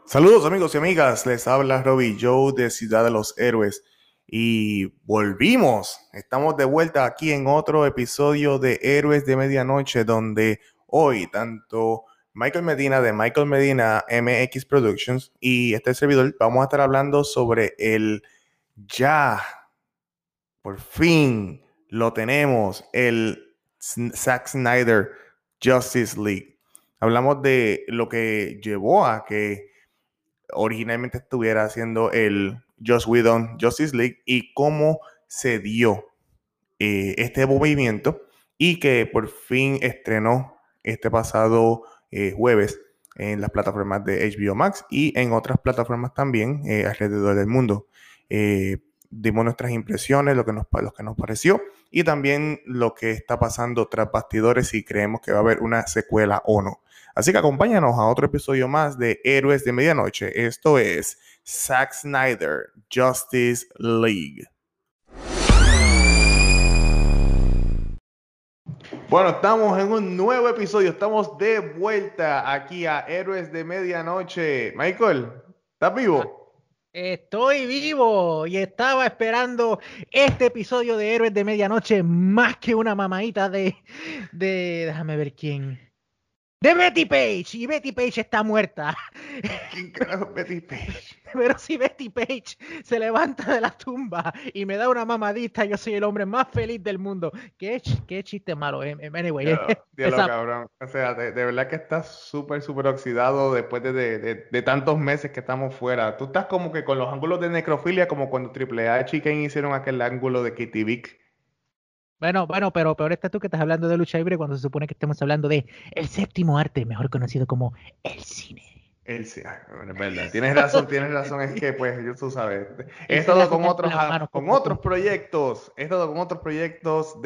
Saludos amigos y amigas, les habla Robbie Joe de Ciudad de los Héroes y volvimos. Estamos de vuelta aquí en otro episodio de Héroes de Medianoche donde hoy tanto Michael Medina de Michael Medina MX Productions y este servidor vamos a estar hablando sobre el ya, por fin lo tenemos, el Zack Snyder Justice League. Hablamos de lo que llevó a que originalmente estuviera haciendo el Joss Whedon Justice League y cómo se dio este movimiento y que por fin estrenó este pasado jueves en las plataformas de HBO Max y en otras plataformas también alrededor del mundo. Dimos nuestras impresiones, lo que nos pareció y también lo que está pasando tras bastidores si creemos que va a haber una secuela o no. Así que acompáñanos a otro episodio más de Héroes de Medianoche. Esto es Zack Snyder Justice League. Bueno, estamos en un nuevo episodio. Estamos de vuelta aquí a Héroes de Medianoche. Michael, ¿estás Ah, vivo? Estoy vivo y estaba esperando este episodio de Héroes de Medianoche más que una mamadita déjame ver quién. De Betty Page. Y Betty Page está muerta. ¿Quién carajo es Betty Page? Pero si Betty Page se levanta de la tumba y me da una mamadita, yo soy el hombre más feliz del mundo. Qué chiste malo. Anyway, Diablo, esa, cabrón. O sea, de verdad que estás súper, súper oxidado después de tantos meses que estamos fuera. Tú estás como que con los ángulos de necrofilia, como cuando Triple H y Kane hicieron aquel ángulo de Kitty Vick. bueno, pero peor estás tú que estás hablando de lucha libre cuando se supone que estemos hablando de el séptimo arte, mejor conocido como el cine. Sí, ay, bueno, es verdad. Tienes razón, es que pues, tú sabes, he Él se la estado con señal con otros, las manos con como otros proyectos, he estado con otros proyectos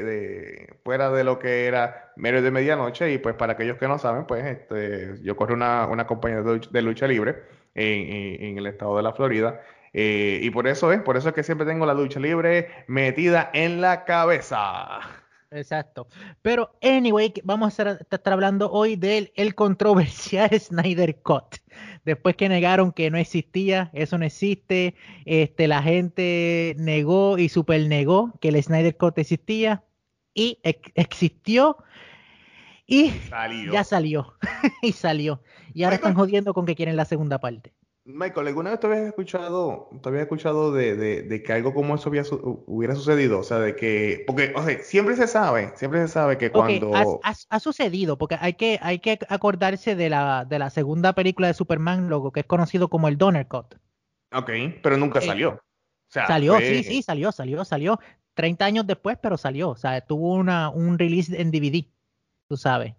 fuera de lo que era Medio de Medianoche y pues para aquellos que no saben, pues yo corro una compañía de lucha libre en el estado de la Florida y por eso es que siempre tengo la lucha libre metida en la cabeza. exacto. Pero, anyway, vamos a estar hablando hoy del el controversial Snyder Cut. Después que negaron que no existía, eso no existe, la gente negó y super negó que el Snyder Cut existía y existió y ya Salió. salió. Y salió. Y ahora están Michael, jodiendo con que quieren la segunda parte. Michael, ¿alguna vez te habías escuchado de que algo como eso hubiera sucedido? O sea, de que, porque, o sea, siempre se sabe que Ok, cuando, ha sucedido, porque hay que acordarse de la segunda película de Superman, luego que es conocido como el Donner Cut. ok, pero nunca Eh, salió. O sea, Salió, sí, fue, sí, salió. 30 años después, pero salió. O sea, tuvo un release en DVD, tú sabes.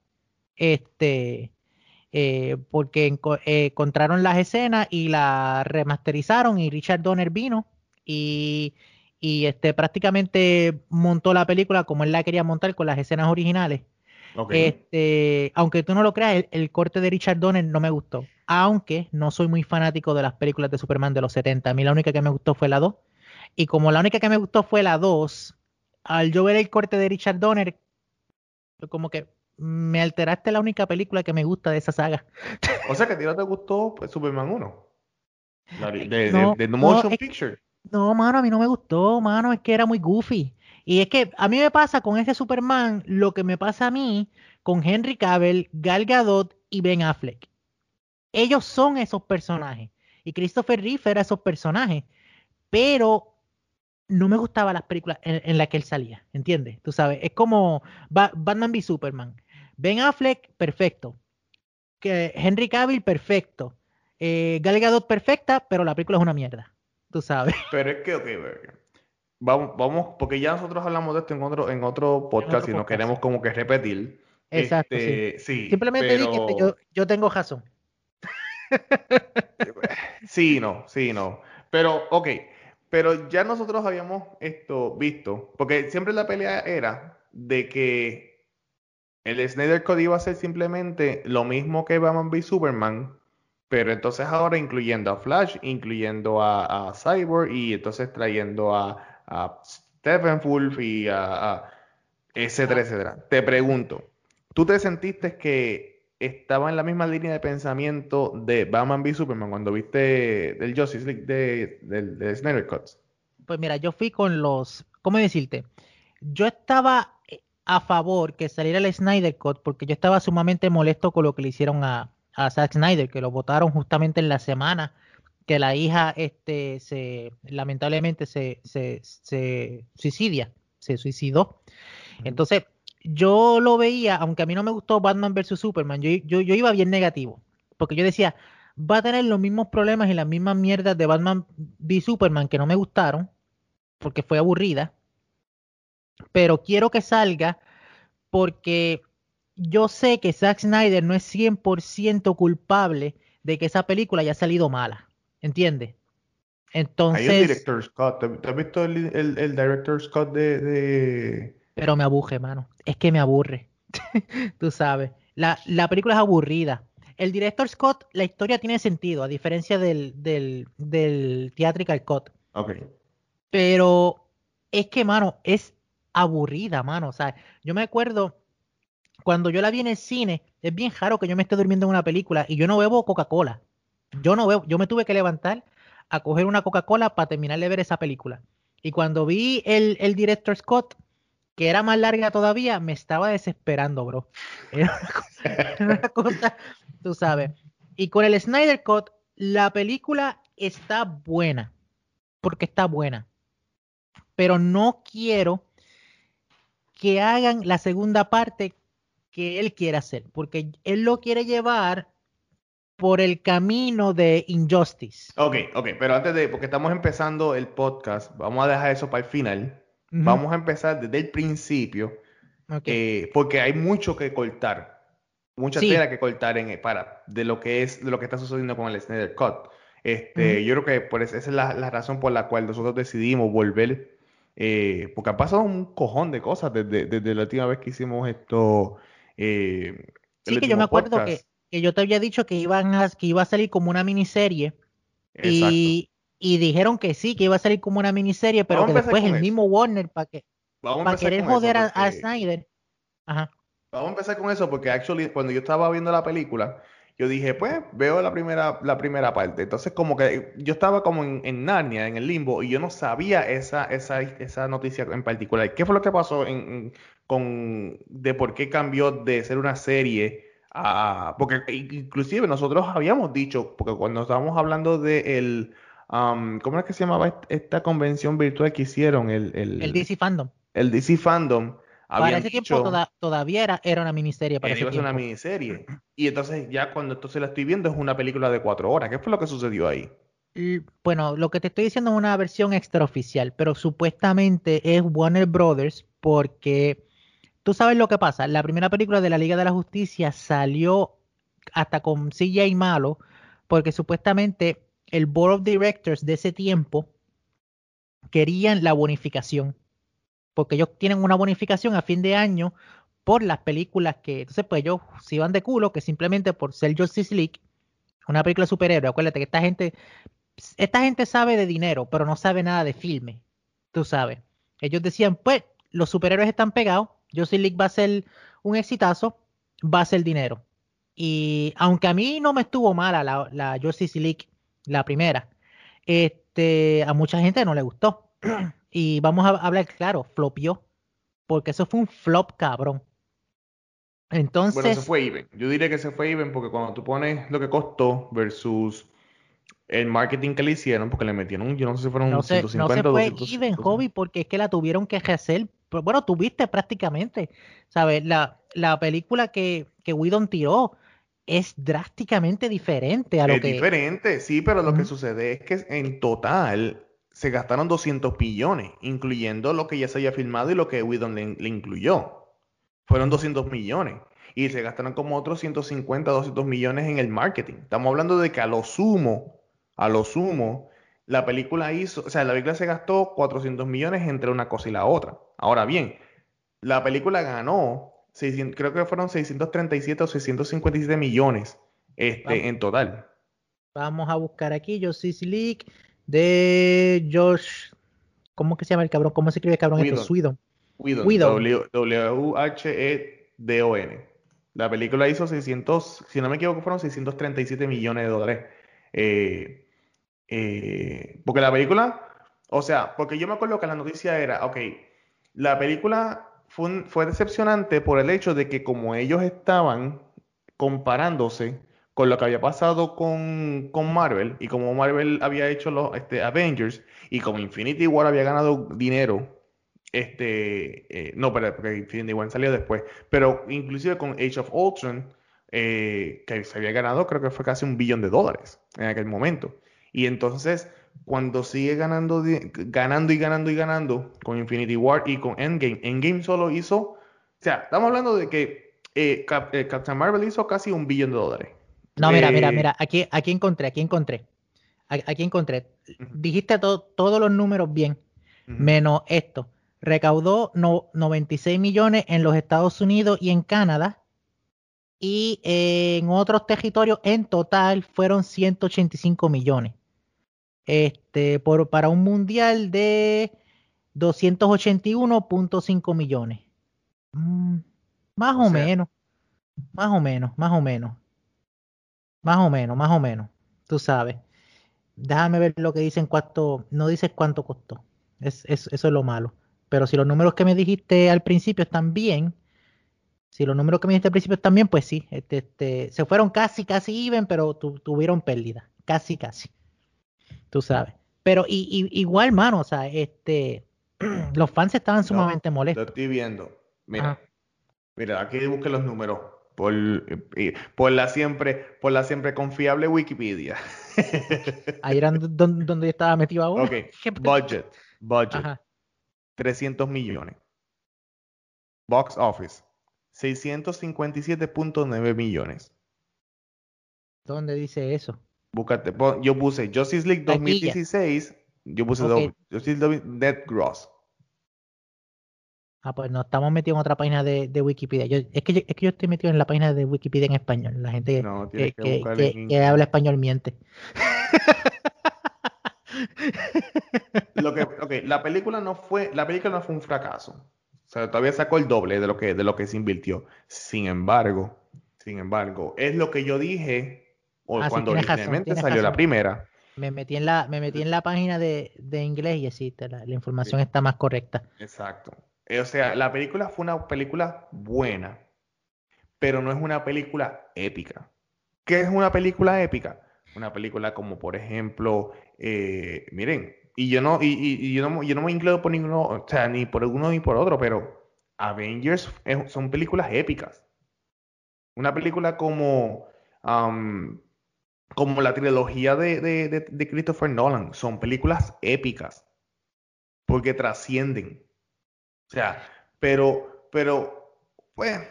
Este, porque encontraron las escenas y la remasterizaron y Richard Donner vino y, y prácticamente montó la película como él la quería montar con las escenas originales. ok, Aunque tú no lo creas, el corte de Richard Donner no me gustó. Aunque no soy muy fanático de las películas de Superman de los 70. A mí la única que me gustó fue la 2. Y como la única que me gustó fue la 2, al yo ver el corte de Richard Donner, como que me alteraste la única película que me gusta de esa saga. o sea que a ti no te gustó pues, Superman 1, No, de The no, Motion Picture. no, mano, a mí no me gustó, mano, es que era muy goofy. Y es que a mí me pasa con ese Superman lo que me pasa a mí con Henry Cavill, Gal Gadot y Ben Affleck. Ellos son esos personajes. Y Christopher Reeve era esos personajes. Pero no me gustaban las películas en las que él salía. ¿Entiendes? Tú sabes, es como Batman v Superman. Ben Affleck, perfecto. Henry Cavill, perfecto. Gal Gadot, perfecta, pero la película es una mierda. Tú sabes. Pero es que, ok, vamos, porque ya nosotros hablamos de esto en otro En podcast otro y no podcast. queremos como que repetir. Exacto, sí. Sí, Simplemente di que yo, pero yo tengo razón. sí, no. Pero, ok, pero ya nosotros habíamos esto visto, porque siempre la pelea era de que el Snyder Code iba a ser simplemente lo mismo que Batman v Superman, pero entonces ahora incluyendo a Flash, incluyendo a Cyborg y entonces trayendo a Steppenwolf y a etcétera, Ah, etcétera. Te pregunto, ¿tú te sentiste que estaba en la misma línea de pensamiento de Batman v Superman cuando viste el Justice League de Snyder Cut. Pues mira, yo fui con los, ¿cómo decirte? Yo estaba a favor que saliera el Snyder Cut porque yo estaba sumamente molesto con lo que le hicieron a Zack Snyder, que lo votaron justamente en la semana que la hija lamentablemente se suicidia, se suicidó. Ujú. Entonces, yo lo veía, aunque a mí no me gustó Batman versus Superman, yo iba bien negativo, porque yo decía, va a tener los mismos problemas y las mismas mierdas de Batman v Superman que no me gustaron, porque fue aburrida, pero quiero que salga porque yo sé que Zack Snyder no es 100% culpable de que esa película haya salido mala, ¿entiendes? Hay un Entonces, director Scott. ¿Te has visto el director Scott de... pero me aburre, mano. Es que me aburre. Tú sabes. La película es aburrida. El director Scott, la historia tiene sentido, a diferencia del Theatrical Cut. Ok. Pero es que, mano, es aburrida, mano. O sea, yo me acuerdo cuando yo la vi en el cine, es bien raro que yo me esté durmiendo en una película y yo no bebo Coca-Cola. Yo no bebo, yo me tuve que levantar a coger una Coca-Cola para terminar de ver esa película. Y cuando vi el director Scott, que era más larga todavía, me estaba desesperando, bro. Era una cosa, era una cosa, tú sabes. Y con el Snyder Cut, la película está buena, porque está buena, pero no quiero que hagan la segunda parte que él quiere hacer, porque él lo quiere llevar por el camino de Injustice. Ok, ok, pero antes de, porque estamos empezando el podcast, vamos a dejar eso para el final. Ujú. Vamos a empezar desde el principio, Ok. porque hay mucho que cortar, mucha Sí. tela que cortar de lo que es, de lo que está sucediendo con el Snyder Cut. Ujú. Yo creo que esa es la razón por la cual nosotros decidimos volver, porque ha pasado un cojón de cosas desde la última vez que hicimos el Sí, que yo me último acuerdo podcast. que yo te había dicho que iba a salir como una miniserie Exacto. y dijeron que sí, que iba a salir como una miniserie, pero Vamos a que empezar después con el eso. mismo Warner, Vamos a para empezar querer con eso joder a porque Snyder. Ajá. Vamos a empezar con eso porque actually cuando yo estaba viendo la película, yo dije, pues veo la primera parte. Entonces como que yo estaba como en Narnia, en el limbo, y yo no sabía esa noticia en particular. ¿Qué fue lo que pasó de por qué cambió de ser una serie a... Porque inclusive nosotros habíamos dicho, porque cuando estábamos hablando ¿cómo es que se llamaba esta convención virtual que hicieron? El DC Fandom. El DC Fandom. Para Habían ese tiempo dicho todavía era una miniserie para ese iba a ser una tiempo. miniserie. Y entonces ya cuando entonces la estoy viendo es una película de 4 horas. ¿Qué fue lo que sucedió ahí? Bueno, lo que te estoy diciendo es una versión extraoficial, pero supuestamente es Warner Brothers porque tú sabes lo que pasa. La primera película de la Liga de la Justicia salió hasta con CGI malo porque supuestamente el Board of Directors de ese tiempo querían la bonificación, porque ellos tienen una bonificación a fin de año por las películas que, entonces pues ellos se iban de culo que simplemente por ser Justice League, una película de superhéroe, acuérdate que esta gente sabe de dinero, pero no sabe nada de filme. Tú sabes. Ellos decían, pues, los superhéroes están pegados, Justice League va a ser un exitazo, va a ser dinero. Y aunque a mí no me estuvo mala la Justice League, la primera, a mucha gente no le gustó. Y vamos a hablar claro, flopió, porque eso fue un flop cabrón. Bueno, se Entonces, fue even. Yo diría que se fue even porque cuando tú pones lo que costó versus el marketing que le hicieron, porque le metieron, yo no sé si fueron no se 150 o fue 200. even, hobby, porque es que la tuvieron que rehacer. Pero bueno, tuviste prácticamente, ¿sabes? La película que Whedon tiró es drásticamente diferente a lo Es que... diferente, sí, pero lo que Ujú. sucede es que en total se gastaron 200 millones, incluyendo lo que ya se había filmado y lo que Whedon le incluyó. Fueron 200 millones. Y se gastaron como otros 150, 200 millones en el marketing. Estamos hablando de que a lo sumo, la película hizo, o sea, la película se gastó 400 millones entre una cosa y la otra. Ahora bien, la película ganó, 600 creo que fueron 637 o 657 millones Vam- en total. Vamos a buscar aquí Justice League de Josh... ¿Cómo que se llama el cabrón? ¿Cómo se escribe el cabrón este? Whedon, Sweden. Whedon, Whedon. Whedon. La película hizo 600, si no me equivoco, fueron 637 millones de dólares. Eh, porque la película, o sea, porque yo me acuerdo que la noticia era, ok, la película fue decepcionante por el hecho de que como ellos estaban comparándose con lo que había pasado con Marvel y como Marvel había hecho los Avengers y como Infinity War había ganado dinero, no, pero porque Infinity War salió después, pero inclusive con Age of Ultron, que se había ganado, creo que fue casi $1 billón en aquel momento. Y entonces, cuando sigue ganando, ganando y ganando y ganando con Infinity War y con Endgame, Endgame solo hizo, o sea, estamos hablando de que Captain Marvel hizo casi $1 billón. No, mira, mira, Eh, mira, aquí encontré. Ujú, Dijiste todos los números bien, ujú. menos esto. Recaudó 96 millones en los Estados Unidos y en Canadá, y en otros territorios en total fueron 185 millones. Para un mundial de 281,5 millones. Mm, más O o sea, menos, más o menos, más o menos, más o menos, más o menos. Tú sabes. Déjame ver lo que dicen cuánto, no dices cuánto costó. Eso es lo malo. Pero si los números que me dijiste al principio están bien, si los números que me dijiste al principio están bien, pues sí, se fueron casi, casi even, pero tuvieron pérdida. Casi, casi. Tú sabes. Pero igual, mano, o sea, los fans estaban no, sumamente lo molestos. estoy viendo. Mira. Ajá. Mira, aquí busqué los números por la siempre confiable Wikipedia. Ahí eran donde yo estaba metido ahora. Ok, budget, Ajá. 300 millones. Box office, 657.9 millones. ¿Dónde dice eso? Búscate, yo puse Justice League Taquilla. 2016, yo puse Ok. Justice League Net Gross. Ah, pues no, estamos metidos en otra página de Wikipedia. Es que yo estoy metido en la página de Wikipedia en español. La gente No, tienes que buscar que habla español miente. Ok, la película no fue un fracaso. O sea, todavía sacó el doble de lo que se invirtió. Sin embargo, es lo que yo dije o Ah, sí, cuando tienes razón, originalmente tienes salió la razón. primera. Me metí en la página de inglés y así, la información Sí, está más correcta. exacto. O sea, la película fue una película buena, pero no es una película épica. ¿Qué es una película épica? Una película como, por ejemplo, miren, y yo no me incluyo por ninguno, o sea, ni por uno ni por otro, pero Avengers son películas épicas. Una película am, como la trilogía de Christopher Nolan, son películas épicas, porque trascienden. O sea, pues,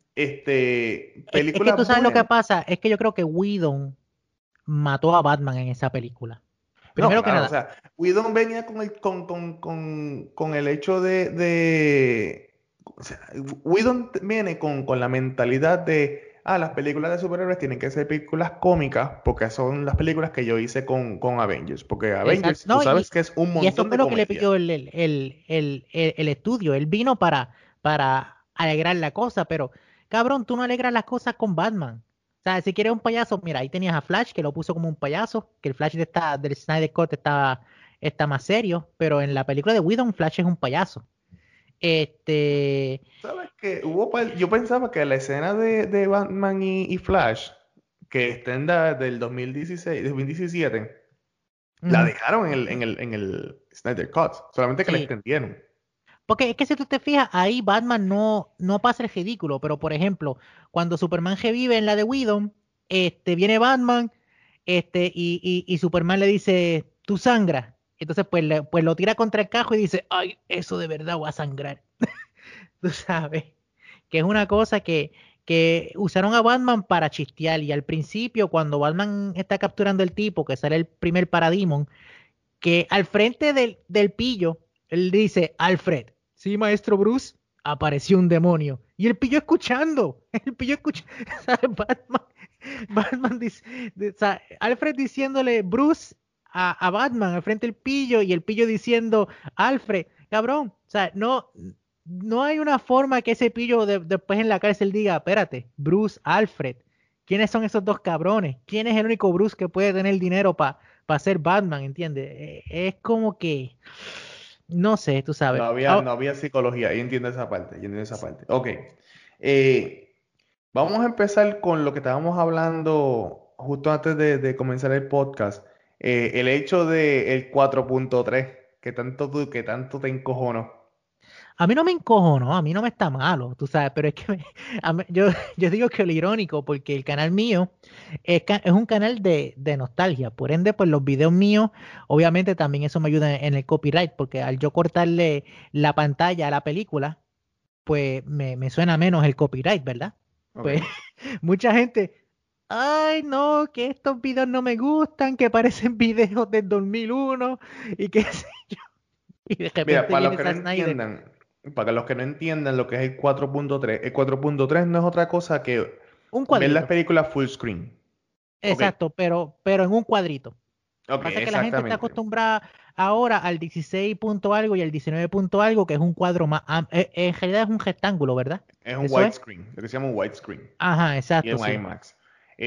Es que tú películas sabes lo que buenas. pasa, es que yo creo que Whedon mató a Batman en esa película. No, Primero que claro, o nada, sea, Whedon venía con el hecho o sea, Whedon viene con la mentalidad las películas de superhéroes tienen que ser películas cómicas porque son las películas que yo hice con Avengers, porque exacto, Avengers, tú no, sabes que es un y eso montón fue de lo que le comedia. pidió el estudio. Él vino para alegrar la cosa, pero cabrón, tú no alegras las cosas con Batman. O sea, si quieres un payaso, mira, ahí tenías a Flash, que lo puso como un payaso, que el Flash del Snyder Cut está más serio, pero en la película de Whedon, Flash es un payaso. Este, ¿Sabes qué? Yo pensaba que la escena de Batman y Flash, que está del 2016, 2017, la ujú, dejaron en el Snyder Cut, solamente que la sí. extendieron. Porque es que si tú te fijas, ahí Batman no pasa el ridículo, pero por ejemplo, cuando Superman revive en la de Whedon, viene Batman, y Superman le dice, tú sangras. Entonces, pues lo tira contra el cajo y dice, ay, eso de verdad va a sangrar. Tú sabes, que es una cosa que usaron a Batman para chistear. Y al principio, cuando Batman está capturando el tipo, que sale el primer Parademon, que al frente del pillo, él dice, Alfred, sí, maestro Bruce, apareció un demonio. Y el pillo escuchando, el pillo escuchando, Batman dice, o sea, Alfred diciéndole Bruce a Batman al frente del pillo y el pillo diciendo, Alfred, cabrón, o sea, no. no hay una forma que ese pillo después en la cárcel diga, espérate, Bruce, Alfred, ¿quiénes son esos dos cabrones? ¿Quién es el único Bruce que puede tener dinero para ser Batman, ¿entiendes? Es como que, no sé, tú sabes. No había psicología. Yo entiendo esa parte. Yo entiendo esa parte. Ok. Eh, Vamos a empezar con lo que estábamos hablando justo antes de comenzar el podcast. El hecho de el 4.3 que tanto te encojonó. A mí no me encojo, ¿no? A mí no me está malo, tú sabes, pero es que yo digo que lo irónico, porque el canal mío es un canal de nostalgia, por ende, pues los videos míos, obviamente también eso me ayuda en el copyright, porque al yo cortarle la pantalla a la película, pues me suena menos el copyright, ¿verdad? Pues Ok. mucha gente, ay, no, que estos videos no me gustan, que parecen videos del 2001 y que y de Mira, repente viene Zack Snyder, para los que no entiendan lo que es el 4.3, el 4.3 no es otra cosa que un ver las cuadrito. películas full screen. Ok, Exacto, pero en un cuadrito. ok, Pasa que la gente está exactamente. acostumbrada ahora al 16 punto algo y al 19 punto algo, que es un cuadro más. En realidad es un rectángulo, ¿verdad? Es un ¿Eso es? widescreen, lo que se llama un widescreen. Ajá, Y es exacto, un sí. IMAX.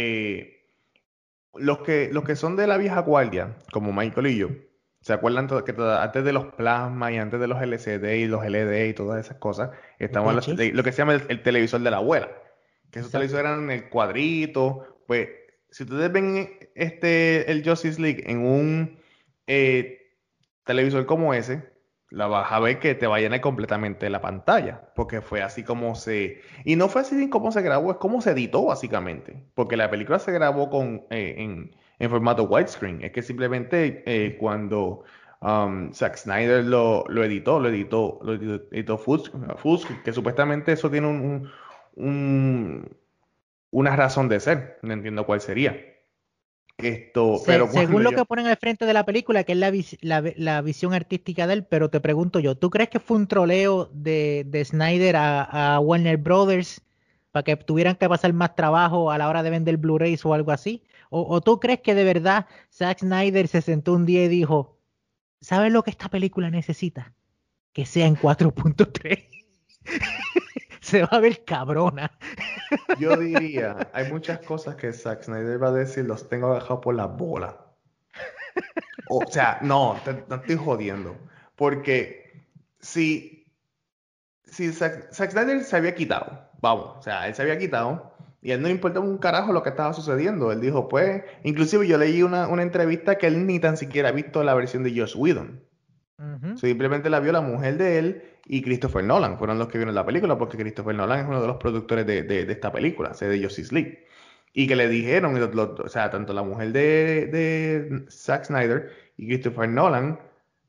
Los que son de la vieja guardia, como Michael y yo, ¿se acuerdan antes de los plasma y antes de los LCD y los LED y todas esas cosas? Estaban VHS. lo que se llama el televisor de la abuela, que esos televisores Exacto. eran en el cuadrito. Pues, si ustedes ven el Justice League en un televisor como ese, la vas a ver que te va a llenar completamente la pantalla, porque fue así como se... Y no fue así como se grabó, es como se editó básicamente, porque la película se grabó en formato widescreen, es que simplemente cuando Zack Snyder lo editó full screen, que supuestamente eso tiene un- una razón de ser, no entiendo cuál sería. Pero Según cuando lo yo... que ponen al frente de la película, que es la visión artística de él, pero te pregunto yo, ¿tú crees que fue un troleo de Snyder a Warner Brothers para que tuvieran que pasar más trabajo a la hora de vender Blu-rays o algo así? ¿O tú crees que de verdad Zack Snyder se sentó un día y dijo, ¿sabes lo que esta película necesita? Que sea en 4.3. Se va a ver cabrona. Yo diría, hay muchas cosas que Zack Snyder va a decir, los tengo agarrados por las bolas. O sea, no, no estoy jodiendo. Porque si, si Zack Snyder se había quitado, vamos, o sea, él se había quitado y a él no le importaba un carajo lo que estaba sucediendo. Él dijo, pues, inclusive yo leí una entrevista que él ni tan siquiera ha visto la versión de Joss Whedon. Ujú. Simplemente la vio la mujer de él y Christopher Nolan. Fueron los que vieron la película porque Christopher Nolan es uno de los productores de esta película, de Justice League. Y que le dijeron, o sea, tanto la mujer de Zack Snyder y Christopher Nolan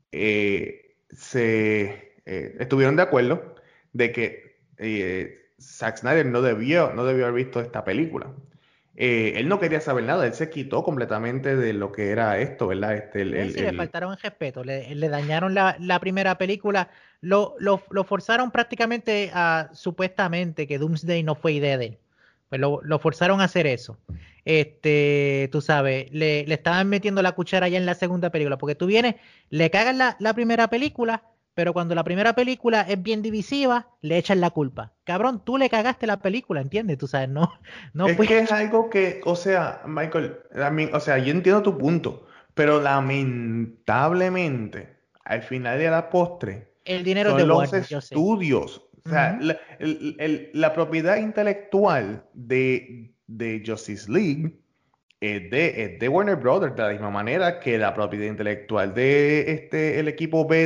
estuvieron de acuerdo de que Zack Snyder no debió haber visto esta película. Él no quería saber nada, él se quitó completamente de lo que era esto, ¿verdad? Sí, le faltaron el respeto, le dañaron la primera película, lo forzaron prácticamente a, supuestamente, que Doomsday no fue idea de él. Pues lo forzaron a hacer eso. Tú sabes, le estaban metiendo la cuchara ya en la segunda película, porque tú vienes, le cagas la primera película, pero cuando la primera película es bien divisiva, le echan la culpa. Cabrón, tú le cagaste la película, ¿entiendes? Tú sabes, no, no Es fue. que es algo que, o sea, Michael, o sea, yo entiendo tu punto, pero lamentablemente, al final de la postre, El dinero es de son los Warner, yo sé. estudios, o sea, Ujú. la propiedad intelectual de Justice League es de Warner Brothers, de la misma manera que la propiedad intelectual de el equipo B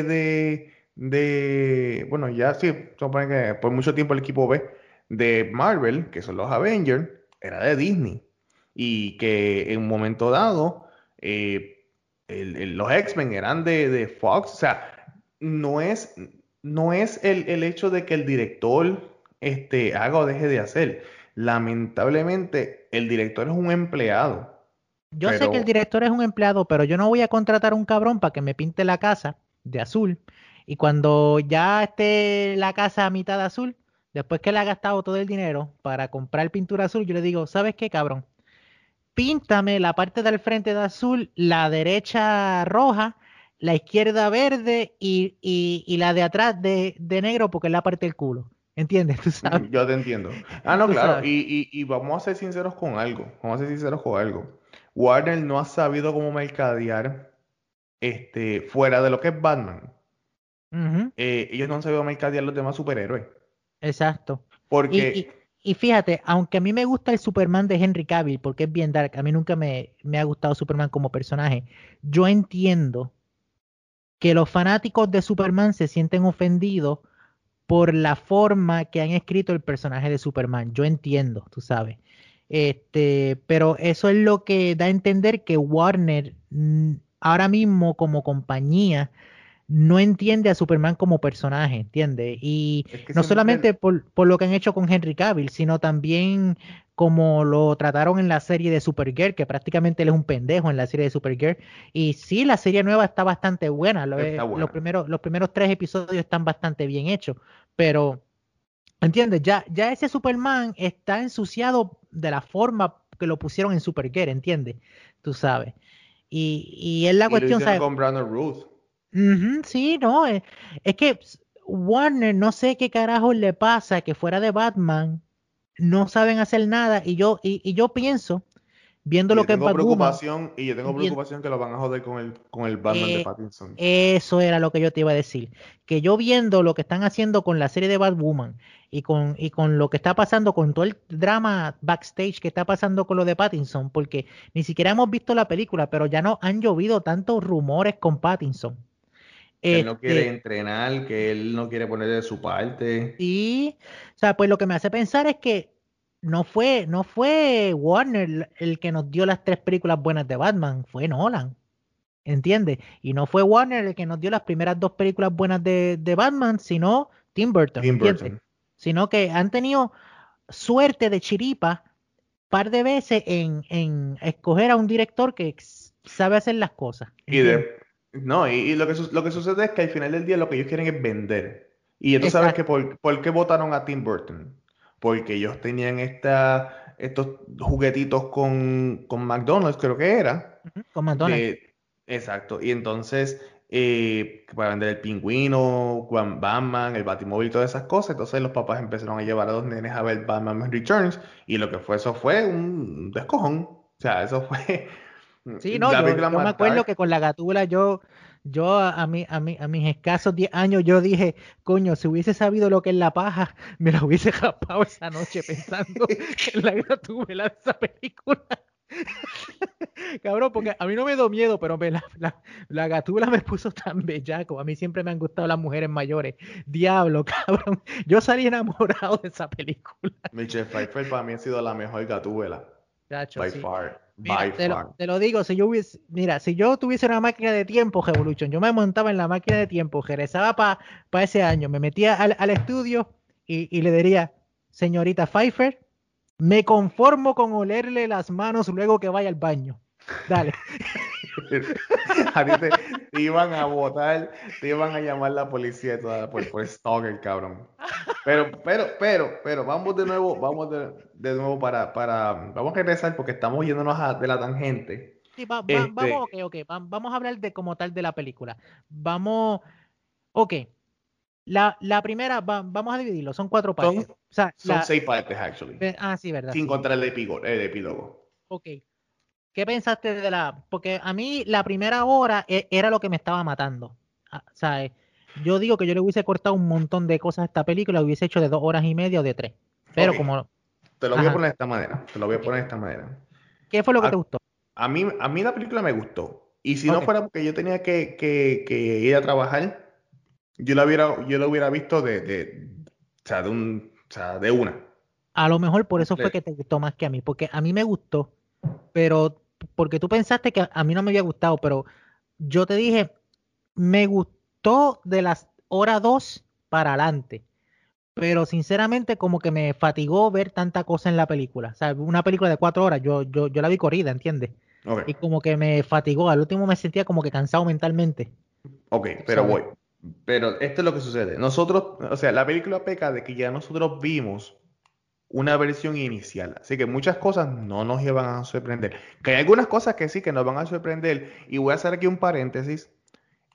bueno, ya sí, supongo que por mucho tiempo el equipo B de Marvel, que son los Avengers, era de Disney. Y que en un momento dado, los X-Men eran de Fox. O sea, no es, no es el hecho de que el director haga o deje de hacer. Lamentablemente, el director es un empleado, Yo sé que el pero director es un empleado, pero yo no voy a contratar a un cabrón para que me pinte la casa de azul. Y cuando ya esté la casa a mitad de azul, después que le ha gastado todo el dinero para comprar pintura azul, yo le digo, ¿sabes qué, cabrón? Píntame la parte del frente de azul, la derecha roja, la izquierda verde y la de atrás de negro porque es la parte del culo. ¿Entiendes? Tú sabes. Yo te entiendo. Ah, no, Tú claro. sabes. Y vamos a ser sinceros con algo. Vamos a ser sinceros con algo. Warner no ha sabido cómo mercadear fuera de lo que es Batman. Ujú. Ellos no han sabido mercadear los demás superhéroes. Exacto. Y, Porque y fíjate, aunque a mí me gusta el Superman de Henry Cavill, porque es bien dark, a mí nunca me ha gustado Superman como personaje, yo entiendo que los fanáticos de Superman se sienten ofendidos por la forma que han escrito el personaje de Superman. Yo entiendo, tú sabes. Pero eso es lo que da a entender que Warner ahora mismo como compañía no entiende a Superman como personaje, ¿entiende? Y es que no siempre, solamente por lo que han hecho con Henry Cavill, sino también como lo trataron en la serie de Supergirl, que prácticamente él es un pendejo en la serie de Supergirl. Y sí, la serie nueva está bastante buena. está buena. Los primeros tres episodios están bastante bien hechos, pero, ¿entiendes? Ya ese Superman está ensuciado de la forma que lo pusieron en Supergirl, ¿entiendes? Tú sabes. Y es la Y lo cuestión, hicieron ¿sabes? con Brandon Ruth. Ujú, sí, no, es que Warner no sé qué carajo le pasa que fuera de Batman no saben hacer nada y yo pienso, viendo Y lo yo que es tengo Batwoman, preocupación, y yo tengo bien, preocupación que lo van a joder con el Batman de Pattinson. eso era lo que yo te iba a decir, que yo viendo lo que están haciendo con la serie de Batwoman y con lo que está pasando con todo el drama backstage que está pasando con lo de Pattinson, porque ni siquiera hemos visto la película, pero ya no han llovido tantos rumores con Pattinson. Que él no quiere Este, entrenar, que él no quiere poner de su parte. Sí, o sea, pues lo que me hace pensar es que no fue Warner el que nos dio las tres películas buenas de Batman, fue Nolan, ¿entiendes? Y no fue Warner el que nos dio las primeras dos películas buenas de Batman, sino Tim Burton, Tim ¿entiendes? Burton. Sino que han tenido suerte de chiripa par de veces en escoger a un director que sabe hacer las cosas, Y ¿entiendes? no, y lo que sucede es que al final del día lo que ellos quieren es vender. Y tú sabes que Exacto. por qué votaron a Tim Burton. Porque ellos tenían estos juguetitos con McDonald's, creo que era. Ujú, con McDonald's. De, exacto. Y entonces, para vender el pingüino, Batman, el Batimóvil y todas esas cosas. Entonces los papás empezaron a llevar a los nenes a ver Batman Returns. Y lo que fue eso fue un descojón. O sea, eso fue Sí, no, la película yo me más acuerdo dark. que con la gatula yo a mis escasos 10 años yo dije, coño, si hubiese sabido lo que es la paja, me la hubiese rapado esa noche pensando en la gatúbela de esa película. Cabrón, porque a mí no me dio miedo, pero la gatúbela me puso tan bellaco. A mí siempre me han gustado las mujeres mayores. Diablo, cabrón. Yo salí enamorado de esa película. Michelle Pfeiffer para mí ha sido la mejor Gatúbela. Chacho, By sí. far. Mira, By far. te lo digo, si yo hubiese, mira, si yo tuviese una máquina de tiempo, Revolution, yo me montaba en la máquina de tiempo, regresaba para ese año, me metía al estudio y le diría, señorita Pfeiffer, me conformo con olerle las manos luego que vaya al baño. Dale. A ti te iban a botar, te iban a llamar la policía y toda por stalker, cabrón. Pero, vamos de nuevo vamos a regresar porque estamos yéndonos de la tangente. Sí, vamos, Este, ok, vamos a hablar de como tal de la película. Vamos, ok, la primera, vamos a dividirlo, son cuatro son, partes. O sea, son 6 partes, actually. sí, verdad, Sin sí. contar el epílogo. Ok. ¿Qué pensaste de la...? Porque a mí la primera hora era lo que me estaba matando. ¿Sabes? Yo digo que yo le hubiese cortado un montón de cosas a esta película, lo hubiese hecho de 2 horas y media o de tres. Ok, Pero como... te lo voy a Ajá. poner de esta manera. Te lo voy a Ok. poner de esta manera. ¿Qué fue lo que te A, gustó? a mí la película me gustó. Y si no Ok. fuera porque yo tenía que ir a trabajar, yo la hubiera visto o sea, o sea, de una. A lo mejor por eso fue Comple- que te gustó más que a mí, porque a mí me gustó, pero porque tú pensaste que a mí no me había gustado, pero yo te dije, me gustó de las hora 2 para adelante. Pero sinceramente como que me fatigó ver tanta cosa en la película. O sea, una película de 4 horas, yo la vi corrida, ¿entiendes? Y Ok, como que me fatigó. Al último me sentía como que cansado mentalmente. ok, pero ¿Sabes? voy. Pero esto es lo que sucede. Nosotros, o sea, la película peca de que ya nosotros vimos una versión inicial. Así que muchas cosas no nos llevan a sorprender. Que hay algunas cosas que sí que nos van a sorprender. Y voy a hacer aquí un paréntesis.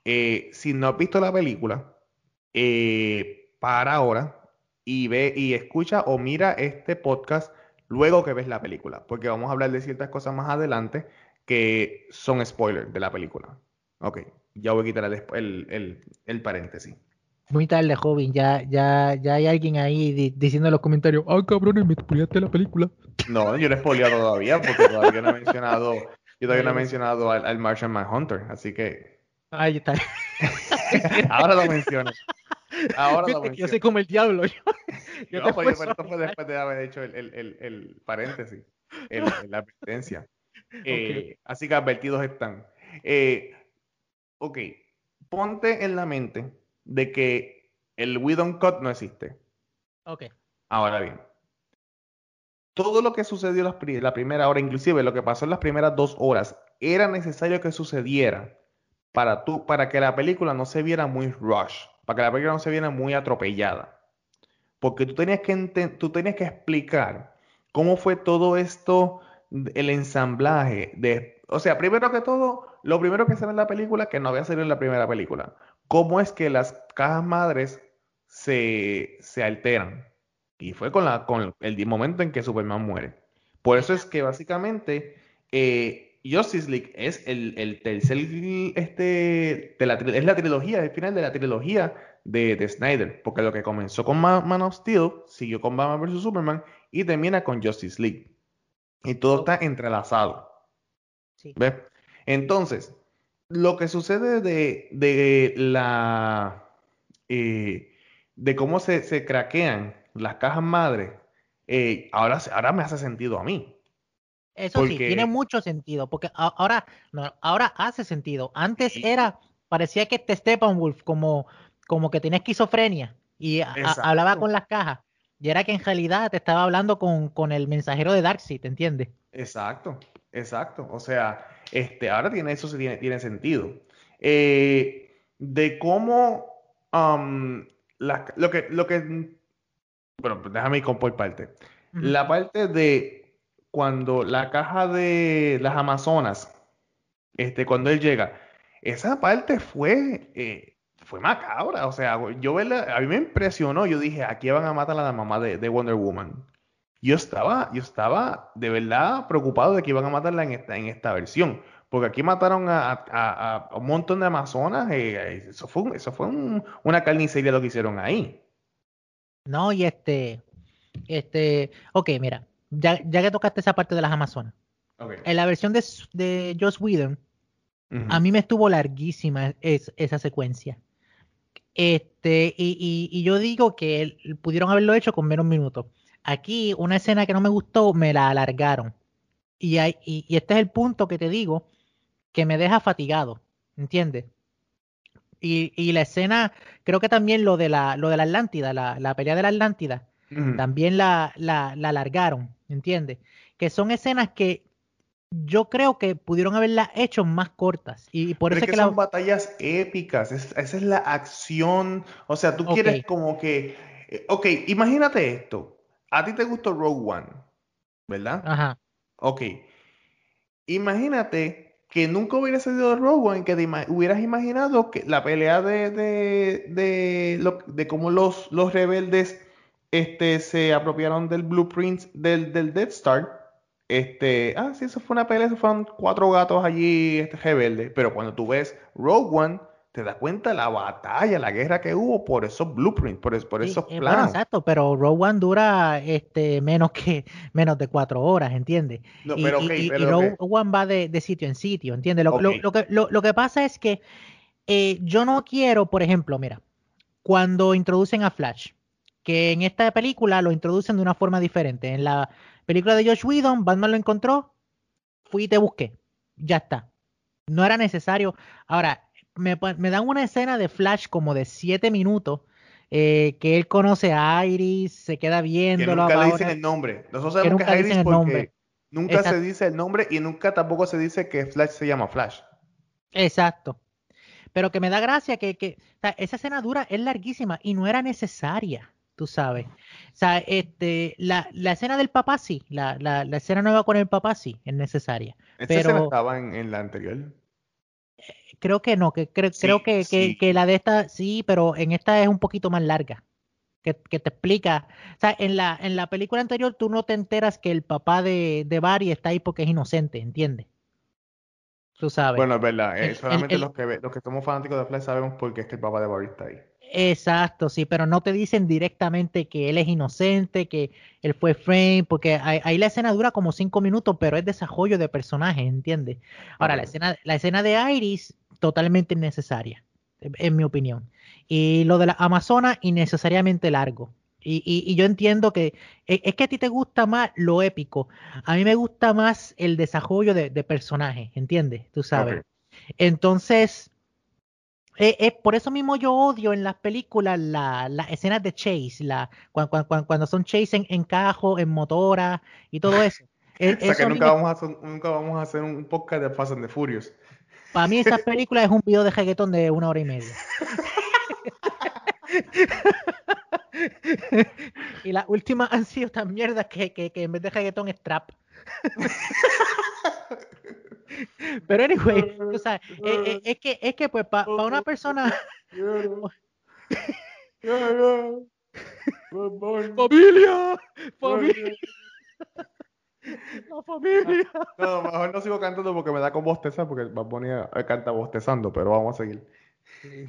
si no has visto la película, para ahora y ve y escucha o mira este podcast luego que ves la película, porque vamos a hablar de ciertas cosas más adelante que son spoilers de la película. Ok, ya voy a quitar el paréntesis. Muy tarde, joven. Ya hay alguien ahí diciendo en los comentarios, ah, cabrones, me spoileaste la película. No, yo no he spoileado todavía porque todavía no he mencionado, yo No, todavía no yo he lo sé. mencionado al Martian Manhunter, así que Ahí está. ahora lo menciono, ahora lo Viste que yo soy menciono. como el diablo. Yo te No, pues, esfuerzo pero a esto fue avisar. después de haber hecho el paréntesis, la advertencia. Ok, Así que advertidos están. Eh, ok, ponte en la mente de que el Whedon Cut no existe. ok. Ahora bien, todo lo que sucedió la primera hora, inclusive lo que pasó en las primeras 2 horas, era necesario que sucediera para que la película no se viera muy rush, para que la película no se viera muy atropellada. Porque tú tenías que explicar cómo fue todo esto, el ensamblaje o sea, primero que todo, lo primero que sale en la película, que no había salido en la primera película, cómo es que las cajas madres se alteran. Y fue con el momento en que Superman muere. Por eso es que Exacto. básicamente Justice League es el tercer, es la trilogía, el final de la trilogía de Snyder, porque lo que comenzó con Man of Steel, siguió con Batman vs. Superman y termina con Justice League. Y todo Ok, está entrelazado, sí. ¿ves? Entonces, lo que sucede eh, de cómo se craquean las cajas madres, ahora me hace sentido a mí, Eso sí, tiene porque... mucho sentido, porque ahora, no, ahora hace sentido. Antes y- era, parecía que este Steppenwolf como que tenía esquizofrenia y hablaba exacto. con las cajas. Y era que en realidad te estaba hablando con el mensajero de Darkseid, ¿te entiendes? Exacto, exacto. O sea, ahora tiene sentido. De cómo bueno, pues déjame ir por parte. Ujú. La parte de cuando la caja de las Amazonas, cuando él llega, esa parte fue macabra. O sea, a mí me impresionó. Yo dije, aquí van a matar a la mamá de Wonder Woman. Yo estaba de verdad preocupado de que iban a matarla en esta versión. Porque aquí mataron a un montón de amazonas. Eso fue una carnicería lo que hicieron ahí. No, y ok, mira, ya que tocaste esa parte de las Amazonas, Ok. en la versión de Joss Whedon, a Ujú, mí me estuvo larguísima esa secuencia. Y yo digo que pudieron haberlo hecho con menos minutos. Aquí, una escena que no me gustó, me la alargaron. Y este es el punto que te digo que me deja fatigado, ¿entiendes? Y la escena, creo que también lo de la Atlántida, la pelea de la Atlántida, ujú. también la alargaron, ¿entiendes? Que son escenas que yo creo que pudieron haberlas hecho más cortas. Y por Pero eso es es que que son batallas épicas. Esa es la acción. O sea, tú ok, quieres como que... ok, imagínate esto. A ti te gustó Rogue One, ¿verdad? ajá. Ok. Imagínate que nunca hubiera salido de Rogue One, que hubieras imaginado que la pelea de cómo los rebeldes se apropiaron del blueprint del Death Star. Sí, eso fue una pelea, eso fueron 4 gatos allí rebeldes. Pero cuando tú ves Rogue One, te das cuenta de la batalla, la guerra que hubo por esos blueprints, por Sí, esos bueno, planos. exacto, pero Rogue One dura menos de 4 horas, ¿entiendes? No, Y, pero ok, y, y, y pero Rogue que... One va de sitio en sitio, ¿entiendes? Lo, Ok. lo, lo que, lo que pasa es que yo no quiero, por ejemplo, mira, cuando introducen a Flash, que en esta película lo introducen de una forma diferente. En la película de Josh Whedon, Batman lo encontró, fui y te busqué, ya está. No era necesario. Ahora, me dan una escena de Flash como de 7 minutos, que él conoce a Iris, se queda Que viéndolo nunca le dicen ahora, el nombre. Nosotros que sabemos que nunca es dicen Iris el nombre. porque nunca se Exacto, dice el nombre y nunca tampoco se dice que Flash se llama Flash. exacto. Pero que me da gracia o sea, esa escena dura, es larguísima y no era necesaria, tú sabes. O sea, la escena del papá sí, la escena nueva con el papá sí, es necesaria. Esta escena Pero estaba en la anterior. Creo que no, creo Sí, sí. que la de esta sí, pero en esta es un poquito más larga. Que te explica. O sea, en la película anterior tú no te enteras que el papá de Barry está ahí porque es inocente, ¿entiendes? Tú sabes. Bueno, es verdad. El, el, Solamente el- los que somos fanáticos de Flash sabemos por qué es que el papá de Barry está ahí. exacto, sí, pero no te dicen directamente que él es inocente, que él fue frame, porque ahí la escena dura como 5 minutos, pero es desarrollo de personaje, ¿entiendes? Ahora, Ok. la escena de Iris, totalmente innecesaria, en mi opinión. Y lo de la Amazona, innecesariamente largo. Y yo entiendo que es que a ti te gusta más lo épico. A mí me gusta más el desarrollo de personaje, ¿entiendes? Tú sabes. Ok. Entonces, por eso mismo yo odio en las películas las escenas de chase, cuando son chase en cajo, en motora y todo eso. O sea que Eso a mí me, nunca vamos a hacer un podcast de Fast and the Furious. para mí esas películas es un video de reggaetón de 1 hora y media. Y las últimas han sido tan mierdas que en vez de reggaetón es trap. Pero anyway, tú sabes, es que pues para una persona, familia, familia, la familia. No, mejor no sigo cantando porque me da con bostezar, porque Bad Bunny canta bostezando, pero vamos a seguir. Sí.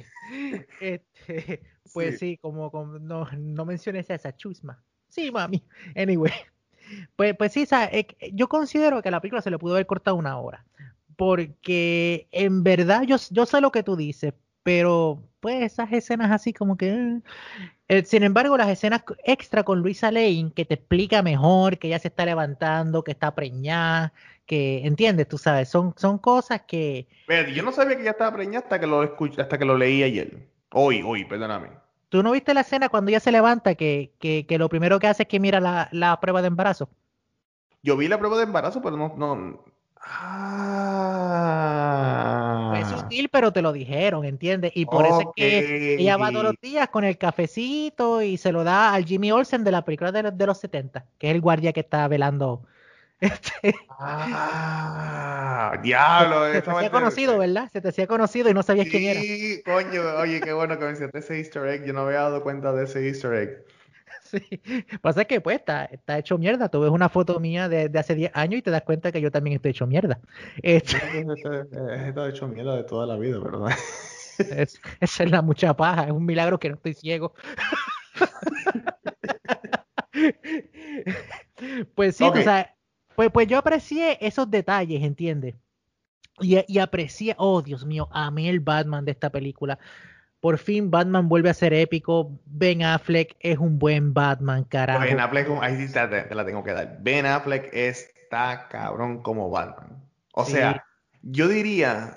Pues Sí. sí, no menciones esa chusma. Sí, mami. Anyway, pues sí, yo considero que a la película se le pudo haber cortado 1 hora. Porque en verdad yo sé lo que tú dices, pero pues esas escenas así como que... sin embargo, las escenas extra con Luisa Lane, que te explica mejor que ella se está levantando, que está preñada, que, ¿entiendes? Tú sabes, son cosas Pero yo no sabía que ya estaba preñada hasta que lo escuché, hasta que lo leí ayer. Hoy, perdóname. ¿Tú no viste la escena cuando ella se levanta que lo primero que hace es que mira la prueba de embarazo? Yo vi la prueba de embarazo, pero no. Fue Ah, sutil, pero te lo dijeron, ¿entiendes? Y por eso es ok. que ella va todos los días con el cafecito y se lo da al Jimmy Olsen de la película de los 70, que es el guardia que está velando. Este, Ah, diablo, se te esa hacía parte. conocido, ¿verdad? Se te hacía conocido y no sabías quién era. Sí, coño, oye, qué bueno que mencionaste ese Easter egg. Yo no había dado cuenta de ese Easter egg. Sí. Pasa que pues está hecho mierda. Tú ves una foto mía de hace 10 años y te das cuenta que yo también estoy hecho mierda. Este, Bueno, pues está hecho mierda de toda la vida, ¿verdad? esa es la mucha paja. Es un milagro que no estoy ciego. Pues sí, tú Ok, sabes, pues yo aprecié esos detalles, ¿entiendes? Y aprecié, oh Dios mío, amé el Batman de esta película. Por fin Batman vuelve a ser épico. Ben Affleck es un buen Batman, Ben carajo. Affleck, ahí sí te la tengo que dar. Ben Affleck está cabrón como Batman. O Sí. sea, yo diría,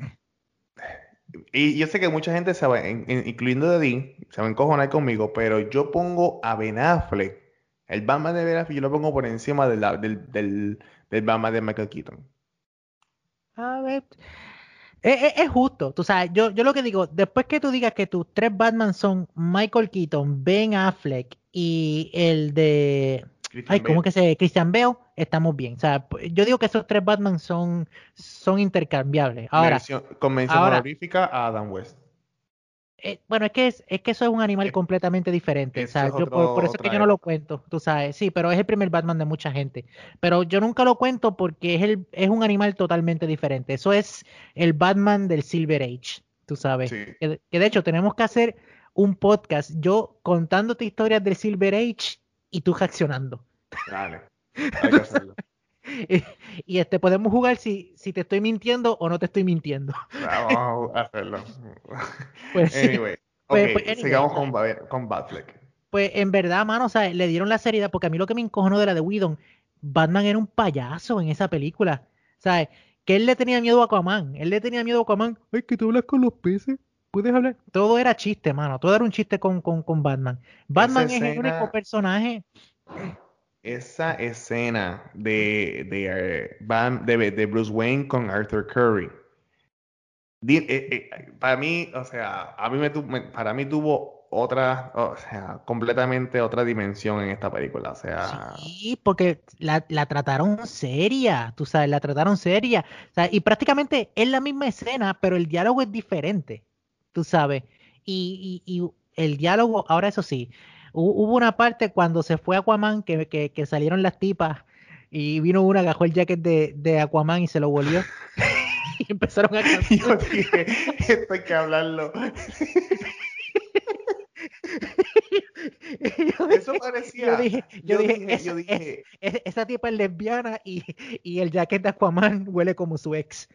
y yo sé que mucha gente se va, incluyendo de Dean, se va a encojonar conmigo, pero yo pongo a Ben Affleck, el Batman de Ben Affleck, yo lo pongo por encima del Batman de Michael Keaton. A ver, es justo, tú sabes, yo lo que digo, después que tú digas que tus tres Batman son Michael Keaton, Ben Affleck y el de, ay, Christian ¿cómo Bale. que se, Christian Bale, estamos bien. O sea, yo digo que esos tres Batman son intercambiables. Convención Ahora, honorífica a Adam West. bueno, es que eso es un animal Es- completamente diferente. O Eso sea, es por eso es que yo otra no lo época. cuento, tú sabes. Sí, pero es el primer Batman de mucha gente. Pero yo nunca lo cuento porque es un animal totalmente diferente. Eso es el Batman del Silver Age, tú sabes. Sí, Que de hecho tenemos que hacer un podcast, yo contándote historias del Silver Age y tú reaccionando. dale, hay que hacerlo. Y, podemos jugar si te estoy mintiendo o no te estoy mintiendo. Vamos a hacerlo. Pues sí. Anyway, ok, Pues anyway, sigamos con Batfleck. pues en verdad, mano, o sea, le dieron la seriedad, porque a mí lo que me encojonó de la de Whedon, Batman era un payaso en esa película, ¿sabes? Que él le tenía miedo a Aquaman, él le tenía miedo a Aquaman, ay, que tú hablas con los peces, puedes hablar. Todo era chiste, mano, todo era un chiste con Batman. Esa Batman es el único escena, personaje, esa escena de Bruce Wayne con Arthur Curry. Para mí, o sea, para mí tuvo o sea, completamente otra dimensión en esta película. O sea, Sí, porque la trataron seria, tú sabes, la trataron seria. O sea, y prácticamente es la misma escena, pero el diálogo es diferente, tú sabes. Y el diálogo, ahora eso sí, hubo una parte cuando se fue Aquaman que salieron las tipas y vino una, agarró el jacket de Aquaman y se lo volvió. Y empezaron a yo cantar. dije, esto hay que hablarlo. Y yo Eso dije, yo parecía, dije, yo yo dije, dije, yo dije, esa tipa es lesbiana y el jacket de Aquaman huele como su ex.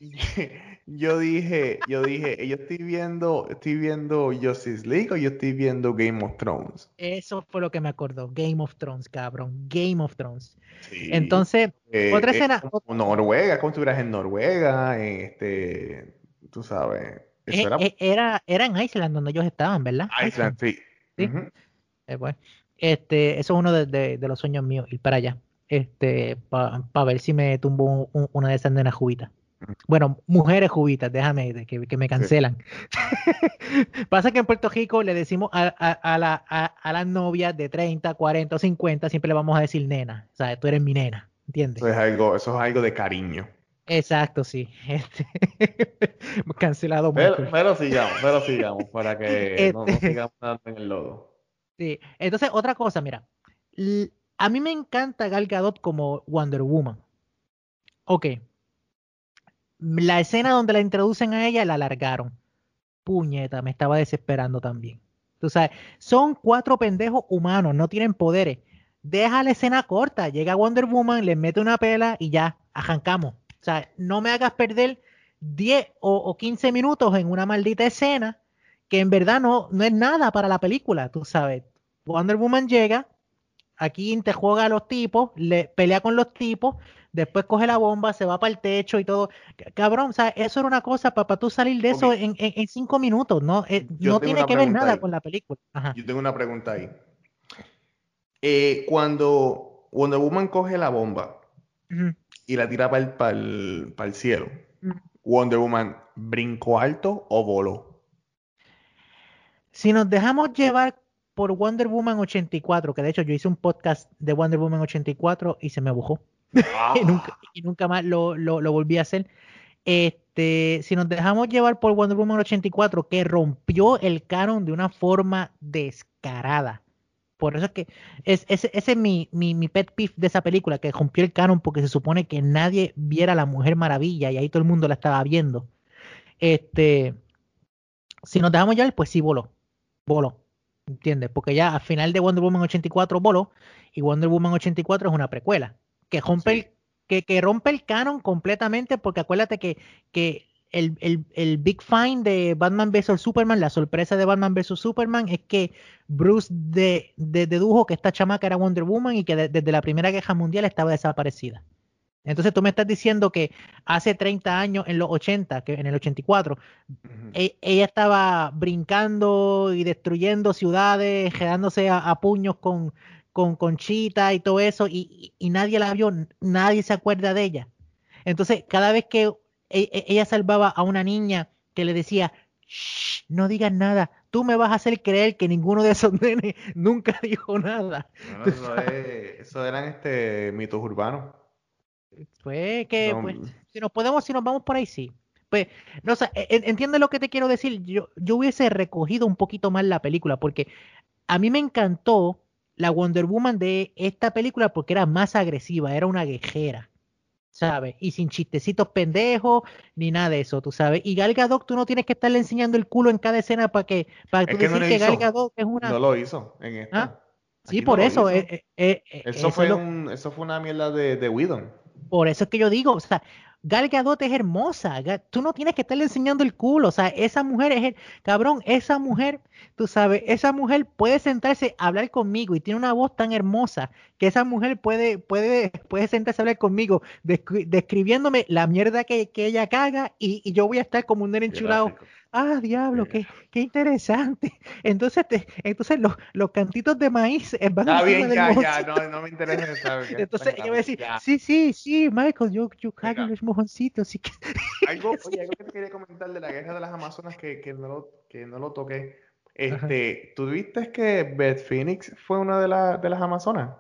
yo estoy viendo Justice League o yo estoy viendo Game of Thrones. Eso fue lo que me acordó. Game of Thrones, cabrón. Game of Thrones. Sí, Entonces, otra es escena, como Noruega, como si estuvieras en Noruega, tú sabes, eso era era en Island donde ellos estaban, ¿verdad? Iceland, Iceland, sí. sí. Ujú. Pues, eso es uno de los sueños míos, ir para allá. Para ver si me tumbo una de esas nenas jubitas. Bueno, mujeres jubitas, déjame, que me Sí. cancelan. Pasa que en Puerto Rico le decimos a las novias de 30, 40 o 50, siempre le vamos a decir nena. O sea, tú eres mi nena, ¿entiendes? Eso es algo de cariño. Exacto, sí. Cancelado Michael. Pero sigamos, para que no Este, sigamos dando en el lodo. sí. Entonces, otra cosa, mira. A mí me encanta Gal Gadot como Wonder Woman. Ok. La escena donde la introducen a ella la alargaron. Puñeta, me estaba desesperando también. Tú sabes, son cuatro pendejos humanos, no tienen poderes. Deja la escena corta, llega Wonder Woman, le mete una pela y ya, arrancamos. O sea, no me hagas perder 10 o 15 minutos en una maldita escena que en verdad no es nada para la película, tú sabes. Wonder Woman llega, aquí te juega a los tipos, le pelea con los tipos, después coge la bomba, se va para el techo y todo. Cabrón, o sea, eso era una cosa para tú salir de Ok, eso en 5 minutos, ¿no? yo No tengo tiene una que ver pregunta nada ahí. con la película. Ajá. Yo tengo una pregunta ahí. Cuando Wonder Woman coge la bomba Ujú, y la tira para el cielo, ujú. Wonder Woman brincó alto o voló. Si nos dejamos llevar por Wonder Woman 84, que de hecho yo hice un podcast de Wonder Woman 84 y se me bujó. Ah, Y nunca más lo volví a hacer. Si nos dejamos llevar por Wonder Woman 84, que rompió el canon de una forma descarada. Por eso es que ese es mi pet peeve de esa película, que rompió el canon porque se supone que nadie viera a la Mujer Maravilla y ahí todo el mundo la estaba viendo. Este, si nos dejamos llevar, pues sí voló, ¿entiendes? Porque ya al final de Wonder Woman 84 voló y Wonder Woman 84 es una precuela que rompe sí. que rompe el canon completamente porque acuérdate que el Big Find de Batman vs. Superman, la sorpresa de Batman vs. Superman es que Bruce dedujo que esta chamaca era Wonder Woman y que desde la Primera Guerra Mundial estaba desaparecida. Entonces tú me estás diciendo que hace 30 años, en los 80, que en el 84, Ujú. ella estaba brincando y destruyendo ciudades, quedándose a puños con Cheetah y todo eso, y nadie la vio, nadie se acuerda de ella. Entonces, cada vez que ella salvaba a una niña que le decía, "Shh, no digas nada, tú me vas a hacer creer que ninguno de esos nenes nunca dijo nada." Bueno, Tú sabes, eso eran mitos urbanos. pues que, pues, Son, si nos vamos por ahí, sí. Pues, no, o sea, ¿entiendes lo que te quiero decir? Yo hubiese recogido un poquito más la película, porque a mí me encantó la Wonder Woman de esta película porque era más agresiva, era una guerrera, ¿sabes? Y sin chistecitos pendejos ni nada de eso, tú sabes. Y Gal Gadot, tú no tienes que estarle enseñando el culo en cada escena para es tú que no decir lo que Gal hizo. Gadot es No una... lo hizo en ¿Ah? esta. Sí, Aquí no por lo eso, hizo. eso es lo, Eso fue una mierda de Whedon. por eso es que yo digo, o sea, Gal Gadot es hermosa, tú no tienes que estarle enseñando el culo, o sea, esa mujer cabrón, esa mujer, tú sabes, esa mujer puede sentarse a hablar conmigo y tiene una voz tan hermosa que esa mujer puede sentarse a hablar conmigo, describiéndome la mierda que ella caga y yo voy a estar como un nene enchulado. Gráfico. Ah, diablo, Eh, qué interesante. Entonces los cantitos de maíz van Está encima bien, del ya, mojoncito. no me interesa saber que es tan Entonces ella va a gráfico. decir, Ya, sí, sí, sí, Michael, yo cago en venga. los mojoncitos. Y Oye, algo que te quería comentar de la guerra de las Amazonas que no lo toqué. Ajá. ¿Tú viste que Beth Phoenix fue una de las Amazonas?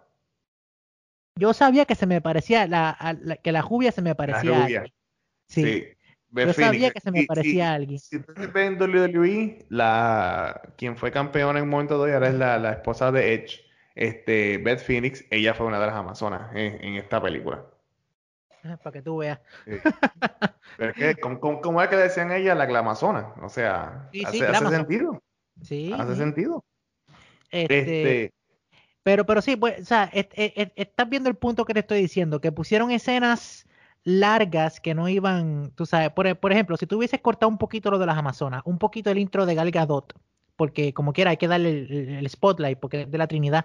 Yo sabía que se me parecía, que la rubia se me La parecía a rubia. alguien. Sí, Sí, Beth yo sabía Phoenix. que se me parecía a alguien. Si ustedes ven WWE, quien fue campeona en un momento dado y ahora es la esposa de Edge, Beth Phoenix, ella fue una de las Amazonas en esta película. Para que tú veas. Sí. Pero es que, ¿cómo es que le decían a ella la Glamazona? O sea, Sí, sí, hace Glamazon. sentido. Sí, Hace sí. sentido. Este, Este, pero sí, pues, o sea, estás viendo el punto que te estoy diciendo, que pusieron escenas largas que no iban, tú sabes, por ejemplo, si tú hubieses cortado un poquito lo de las Amazonas, un poquito el intro de Gal Gadot, porque como quiera hay que darle el spotlight, porque es de la Trinidad,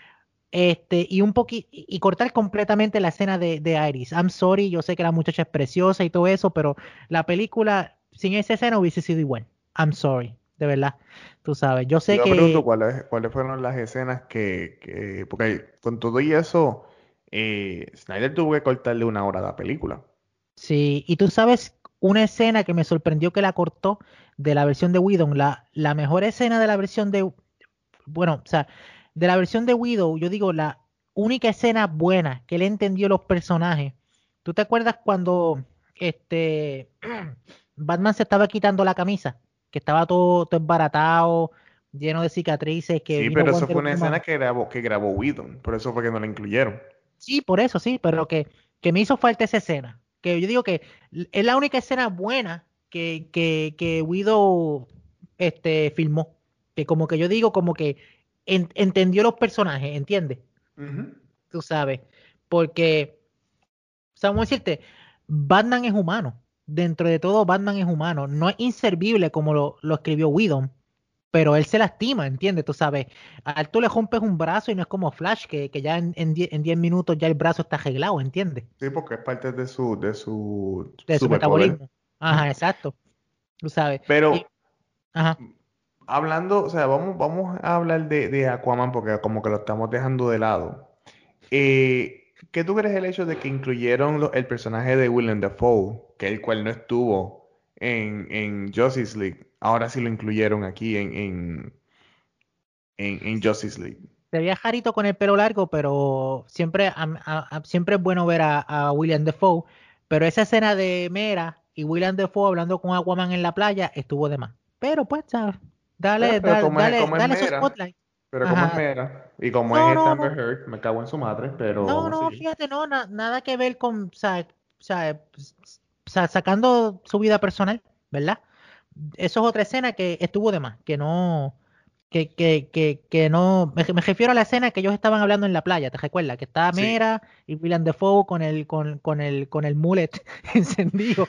y un poquito, y cortar completamente la escena de Iris. I'm sorry, yo sé que la muchacha es preciosa y todo eso, pero la película sin esa escena hubiese sido igual. I'm sorry, de verdad. Tú sabes, yo sé yo me pregunto que cuáles fueron las escenas porque con todo y eso, Snyder tuvo que cortarle una hora a la película. sí, y tú sabes una escena que me sorprendió que la cortó de la versión de Whedon, la mejor escena de la versión de, bueno, o sea, de la versión de Widow, yo digo, la única escena buena que él entendió los personajes. ¿Tú te acuerdas cuando este Batman se estaba quitando la camisa? Que estaba todo embaratado, lleno de cicatrices, que Sí, vino pero eso Wonder fue una escena Woman. que grabó Whedon, por eso fue que no la incluyeron. Sí, por eso sí, pero que me hizo falta esa escena. Que yo digo que es la única escena buena que Widow filmó. Que como que yo digo, como que entendió los personajes, ¿entiendes? Ujú. Tú sabes. Porque, o sea, vamos a decirte, Batman es humano. Dentro de todo, Batman es humano. No es inservible como lo escribió Whedon, pero él se lastima, ¿entiendes? Tú sabes, a él tú le rompes un brazo y no es como Flash, que ya en 10 minutos ya el brazo está arreglado, ¿entiendes? Sí, porque es parte de su De su superpoder. metabolismo. Ujú. Ajá, exacto. Tú sabes. Y, Pero ajá. hablando, o sea, vamos a hablar de Aquaman porque como que lo estamos dejando de lado. ¿Qué tú crees el hecho de que incluyeron el personaje de Willem Dafoe, que el cual no estuvo en Justice League? Ahora sí lo incluyeron aquí en Justice League. Se veía jarito con el pelo largo, pero siempre, siempre es bueno ver a William Defoe. Pero esa escena de Mera y William Defoe hablando con Aquaman en la playa estuvo de más. Pero pues, ¿sabes? Pero como es Dale su Mera, spotlight. pero como es Ajá. Mera, y como es No, esta no, Amber no. Heard, me cago en su madre, No, pero no, sí. fíjate, no, nada que ver con, o sea, sacando su vida personal, ¿verdad? Eso es otra escena que estuvo de más, que no, que no, me refiero a la escena que ellos estaban hablando en la playa, ¿te recuerdas? Que estaba Sí. Mera y Willem Dafoe con el mullet encendido.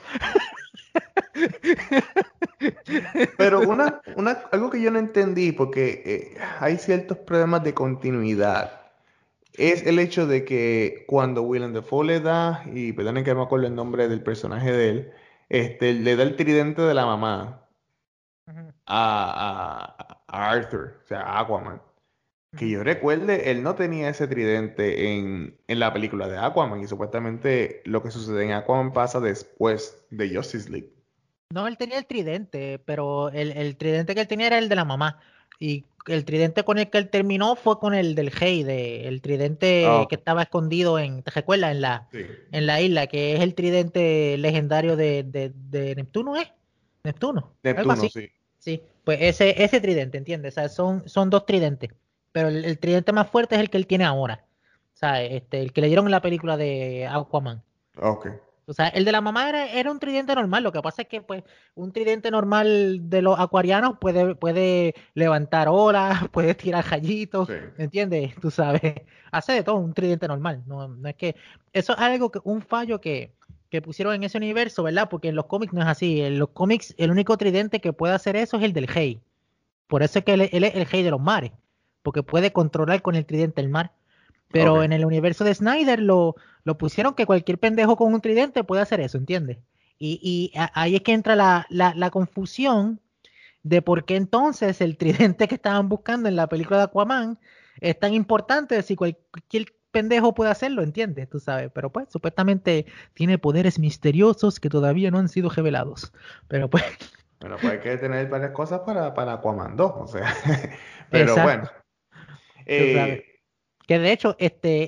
Pero algo que yo no entendí, porque hay ciertos problemas de continuidad, es el hecho de que cuando Willem Dafoe le da, y perdonen que no me acuerdo el nombre del personaje de él, le da el tridente de la mamá Ujú, a Arthur, o sea, a Aquaman. Que ujú. yo recuerde, él no tenía ese tridente en la película de Aquaman, y supuestamente lo que sucede en Aquaman pasa después de Justice League. No, él tenía el tridente, pero el tridente que él tenía era el de la mamá. Y el tridente con el que él terminó fue con el del Rey, el Ah, tridente que ok. estaba escondido ¿te recuerdas? Sí. En la isla, que es el tridente legendario de Neptuno, ¿eh? Neptuno, algo Neptuno, así. sí. Sí, pues ese tridente, ¿entiendes? O sea, son dos tridentes. Pero el tridente más fuerte es el que él tiene ahora. O sea, el que le dieron en la película de Aquaman. Ok. O sea, el de la mamá era un tridente normal. Lo que pasa es que, pues, un tridente normal de los acuarianos puede levantar olas, puede tirar rayitos, Sí. ¿me entiendes? Tú sabes, hace de todo un tridente normal. No, no es que. Eso es algo un fallo que pusieron en ese universo, ¿verdad? Porque en los cómics no es así. En los cómics, el único tridente que puede hacer eso es el del Rey. Por eso es que él es el Rey de los mares. Porque puede controlar con el tridente el mar. Pero en Ok. el universo de Snyder lo pusieron que cualquier pendejo con un tridente puede hacer eso, ¿entiendes? Ahí es que entra la confusión de por qué entonces el tridente que estaban buscando en la película de Aquaman es tan importante si cualquier pendejo puede hacerlo, ¿entiendes? Tú sabes, pero pues supuestamente tiene poderes misteriosos que todavía no han sido revelados. Pero pues, Bueno, pues hay que tener varias cosas para Aquaman 2, o sea, pero bueno. Exacto, tú sabes. Eh, Que de hecho,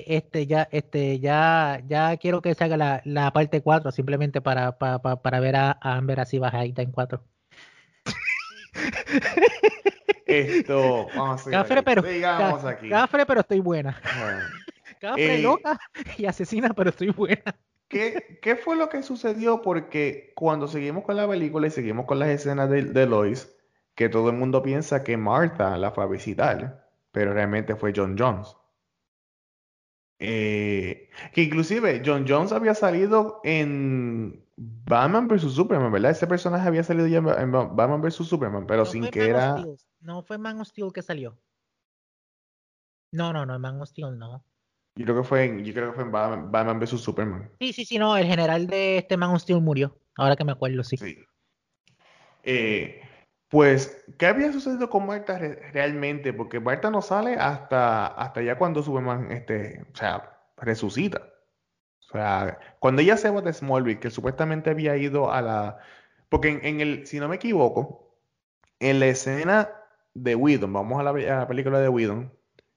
ya quiero que se haga la parte 4 simplemente para ver a Amber así bajadita en 4. Vamos a seguir Cafre, aquí. pero, Sigamos aquí. cafre, pero estoy buena. Ajá. Cafre Eh, loca y asesina, pero estoy buena. ¿qué fue lo que sucedió? Porque cuando seguimos con la película y seguimos con las escenas de Lois, que todo el mundo piensa que Martha la fue a visitar, pero realmente fue John Jones. Que inclusive John Jones había salido en Batman versus Superman, ¿verdad? Ese personaje había salido ya en Batman versus Superman, pero No sin fue que Man of era... Steel. No fue Man of Steel que salió. No, no, no, Man of Steel no. Yo creo que fue en Batman versus Superman. Sí, sí, sí, no. El general de este Man of Steel murió. Ahora que me acuerdo, sí. Sí. Eh, pues, ¿qué había sucedido con Marta realmente? Porque Marta no sale hasta ya cuando Superman, o sea, resucita. O sea, cuando ella se va de Smallville, que supuestamente había ido a la... Porque si no me equivoco, en la escena de Whedon, vamos a la película de Whedon,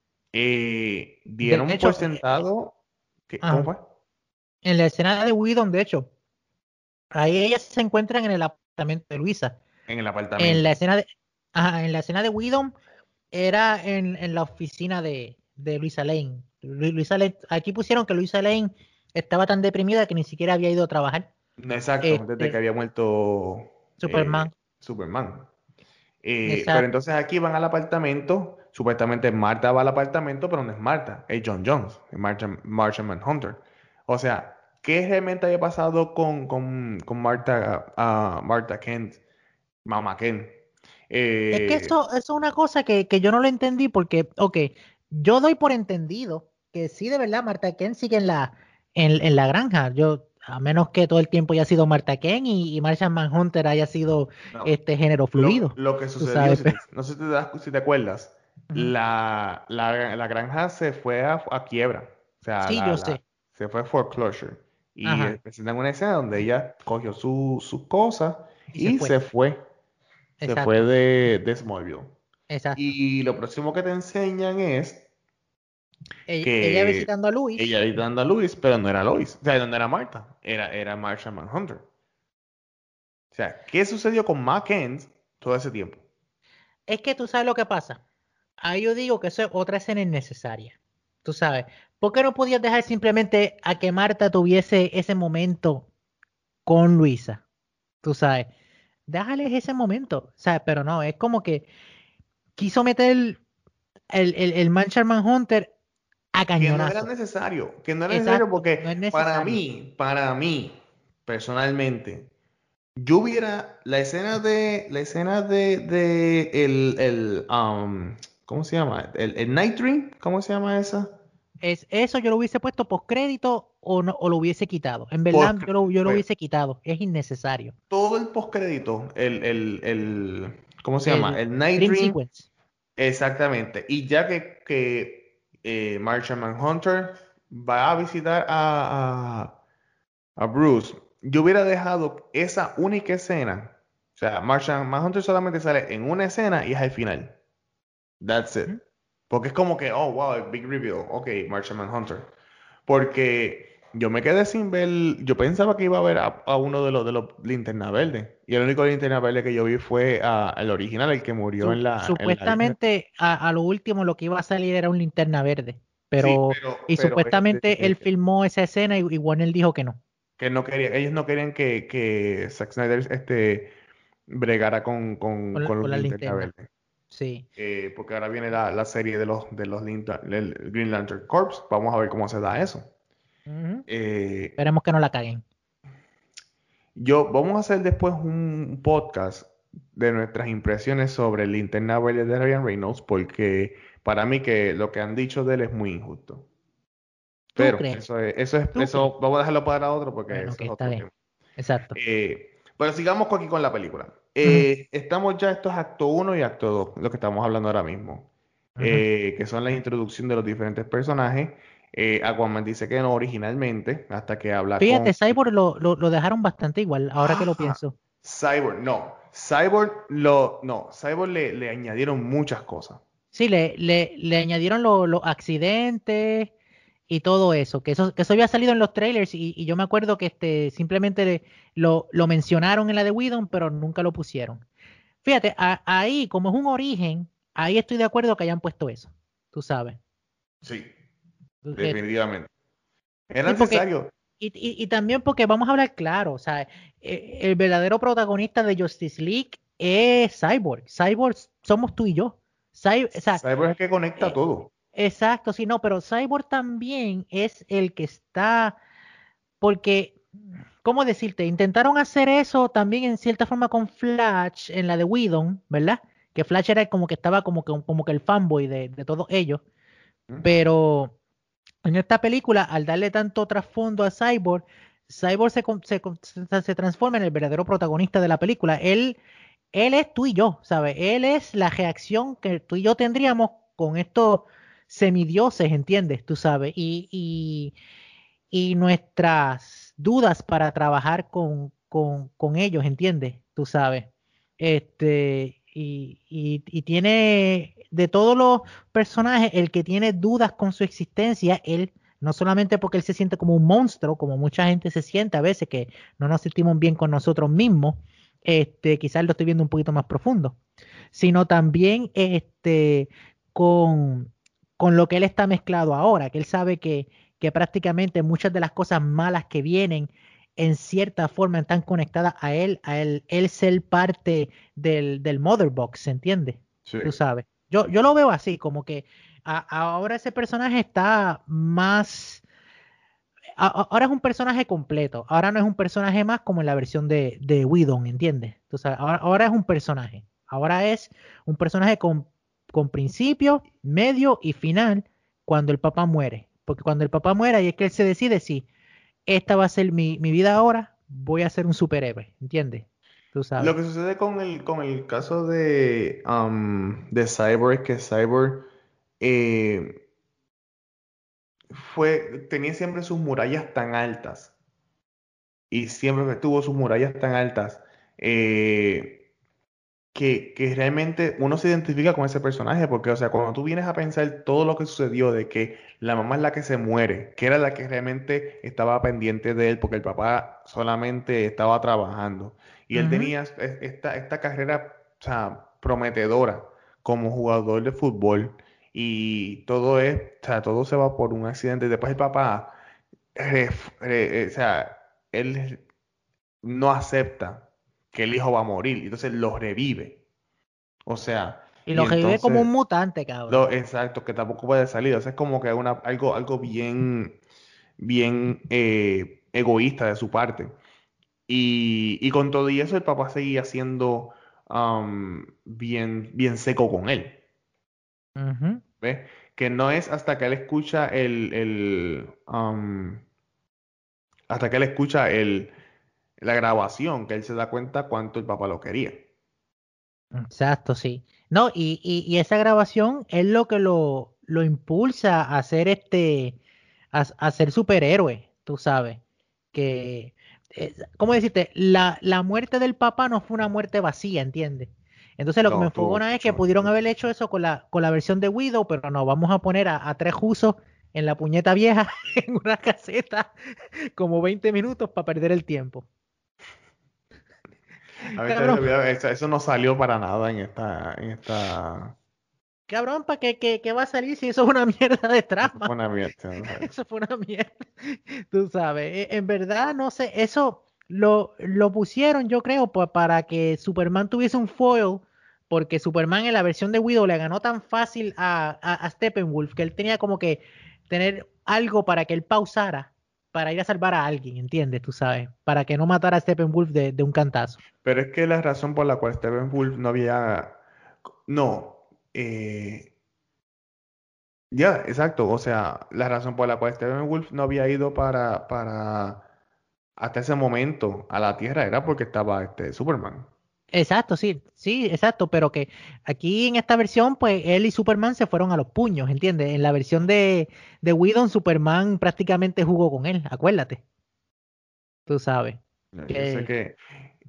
De dieron por hecho, sentado ¿cómo ajá, fue? en la escena de Whedon, de hecho, ahí ellas se encuentran en el apartamento de Luisa. En el En la apartamento. escena de, ajá, en la escena de Whedon era en la oficina de Luisa Lane. Luisa Lane. Aquí pusieron que Luisa Lane estaba tan deprimida que ni siquiera había ido a trabajar. No, exacto, desde que Este, había muerto Superman, Superman. Pero exacto. entonces aquí van al apartamento, supuestamente Marta va al apartamento, pero no es Marta, es John Jones, es Martian Manhunter. O sea, ¿qué realmente había pasado con Marta, Marta Kent, Mama Kent? Es que Eh, eso es una cosa que yo no lo entendí porque, ok, yo doy por entendido que sí, de verdad, Marta Ken sigue en la granja. Yo, a menos que todo el tiempo haya sido Marta Ken y Martian Manhunter haya sido no, este género lo, fluido, lo que tú sucedió, sabes, pero... no sé si te acuerdas, Ujú. la granja se fue a quiebra, o sea, Sí, yo sé. se fue a foreclosure. Y Ajá. presentan una escena donde ella cogió sus cosas Y se y fue. se fue Exacto, de Smallville. exacto. Y lo próximo que te enseñan es Ella que visitando a ella Luis. editando a Lois, pero no era Lois, o sea, no era Marta, era Marsha Manhunter. O sea, ¿qué sucedió con Ma Kent todo ese tiempo? Es que tú sabes lo que pasa. Ahí yo digo que eso es otra escena innecesaria. Tú sabes. ¿Por qué no podías dejar simplemente a que Marta tuviese ese momento con Luisa? Tú sabes. Déjales ese momento. ¿Sabes? Pero no, es como que quiso meter el Martian Manhunter a Que no era cañonazo. necesario, que no era necesario Exacto. porque No es para necesario. mí, personalmente, yo hubiera la escena de ¿cómo se llama? El Night Dream, ¿cómo se llama esa? Eso yo lo hubiese puesto post crédito o, no, o lo hubiese quitado. En verdad, Post, yo lo pues, hubiese quitado. Es innecesario. todo el postcrédito, ¿cómo se llama? El El Night Dream Dream, Sequence. exactamente. Y ya que Martian Manhunter va a visitar a Bruce, yo hubiera dejado esa única escena. O sea, Martian Manhunter solamente sale en una escena y es al final. That's it. Ujú. Porque es como que, oh, wow, big reveal. Ok, Martian Manhunter. Porque yo me quedé sin ver. Yo pensaba que iba a ver a uno de los Linterna Verde. Y el único Linterna Verde que yo vi fue el original, el que murió en la isla. Supuestamente a lo último lo que iba a salir era un linterna verde, Sí, pero pero, y pero supuestamente él filmó esa escena y Warner dijo que no, que no quería, ellos no querían que Zack Snyder bregara con los con la Linterna linterna. Verde. Sí. Porque ahora viene la serie del Green Lantern Corps. Vamos a ver cómo se da eso. Ujú. Eh, Esperemos que no la caguen. vamos a hacer después un podcast de nuestras impresiones sobre el Linterna Verde de Ryan Reynolds, porque para mí que lo que han dicho de él es muy injusto. ¿Tú Pero crees? ¿Tú crees? eso vamos a dejarlo para otro porque Bueno, eso que es está otro bien. tema. Exacto. Pero sigamos aquí con la película. Ujú, Estamos ya, esto es acto uno y acto 2 lo que estamos hablando ahora mismo, ujú. que son la introducción de los diferentes personajes. Aquaman dice que no originalmente, hasta que habla con... Fíjate, Cyborg lo dejaron bastante igual, ahora que lo Ah, pienso. Cyborg, no. No, Cyborg le añadieron muchas cosas. Sí, le añadieron los accidentes y todo eso, que eso había salido en los trailers y yo me acuerdo que simplemente lo mencionaron en la de Whedon, pero nunca lo pusieron. Fíjate, ahí, como es un origen, ahí estoy de acuerdo que hayan puesto eso, tú sabes. Sí, Eh, definitivamente. Era sí, porque, necesario. y también porque vamos a hablar claro, o sea, el verdadero protagonista de Justice League es Cyborg. Cyborg somos tú y yo. O sea, Cyborg es el que conecta eh, todo. exacto, sí, no, pero Cyborg también es el que está, porque, ¿cómo decirte? Intentaron hacer eso también en cierta forma con Flash en la de Whedon, ¿verdad? Que Flash era como que estaba como que el fanboy de todos ellos, ¿Mm? pero en esta película, al darle tanto trasfondo a Cyborg, Cyborg se transforma en el verdadero protagonista de la película. Él es tú y yo, ¿sabes? Él es la reacción que tú y yo tendríamos con estos semidioses, ¿entiendes? Tú sabes. Y nuestras dudas para trabajar con ellos, ¿entiendes? Tú sabes. Y tiene de todos los personajes, el que tiene dudas con su existencia, él, no solamente porque él se siente como un monstruo, como mucha gente se siente a veces, que no nos sentimos bien con nosotros mismos, quizás lo estoy viendo un poquito más profundo, sino también con, con lo que él está mezclado ahora, que él sabe que prácticamente muchas de las cosas malas que vienen en cierta forma están conectadas él ser parte del Mother Box, ¿se entiende? Sí. Tú sabes. Yo lo veo así, como que ahora ese personaje está más, ahora es un personaje completo, ahora no es un personaje más como en la versión de Whedon, ¿entiendes? Tú sabes, ahora es un personaje, ahora es un personaje con principio, medio y final cuando el papá muere, porque cuando el papá muere ahí es que él se decide si esta va a ser mi vida ahora, voy a ser un superhéroe, ¿entiendes? Tú Lo sabes. que sucede con el caso de Cyborg es que Cyborg eh, tenía siempre sus murallas tan altas y siempre tuvo sus murallas tan altas eh, que realmente uno se identifica con ese personaje porque, o sea, cuando tú vienes a pensar todo lo que sucedió de que la mamá es la que se muere, que era la que realmente estaba pendiente de él porque el papá solamente estaba trabajando y él Ujú. tenía esta carrera, o sea, prometedora como jugador de fútbol y o sea, todo se va por un accidente. Después el papá, o sea, él no acepta que el hijo va a morir, entonces lo revive. O sea, Y y lo revive como un entonces, mutante, lo cabrón. exacto, que tampoco puede salir. O sea, es como que algo bien egoísta de su parte. Y con todo y eso, el papá seguía siendo bien seco con él. Ujú. ¿Ves? Que no es hasta que él escucha hasta que él escucha la grabación que él se da cuenta cuánto el papá lo quería. Exacto, sí. No, y esa grabación es lo que lo impulsa a ser a ser superhéroe, tú sabes. Que, ¿cómo decirte? La muerte del papá no fue una muerte vacía, ¿entiendes? Entonces lo que me No, tuvo enfogona es que mucho. pudieron haber hecho eso con la versión de Widow, pero no, vamos a poner a tres usos en la puñeta vieja en una caseta como 20 minutos para perder el tiempo. A mí se me Cabrón, olvidaba, eso no salió para nada en esta. cabrón, ¿para qué va a salir si eso es una mierda de Eso fue trama? una mierda, ¿no? Eso fue una mierda. Tú sabes, en verdad, no sé, eso lo pusieron, yo creo, para que Superman tuviese un foil, porque Superman en la versión de Widow le ganó tan fácil a Steppenwolf que él tenía como que tener algo para que él pausara para ir a salvar a alguien, ¿entiendes? Tú sabes, para que no matara a Steppenwolf de un cantazo. Pero es que la razón por la cual Steven Wolf no había. No. eh, ya, exacto. O sea, la razón por la cual Steven Wolf no había ido hasta ese momento a la Tierra era porque estaba Superman. Exacto, sí, sí, exacto, pero que aquí en esta versión, pues él y Superman se fueron a los puños, ¿entiendes? En la versión de Whedon, Superman prácticamente jugó con él, acuérdate, tú sabes. Yo sé Que, que.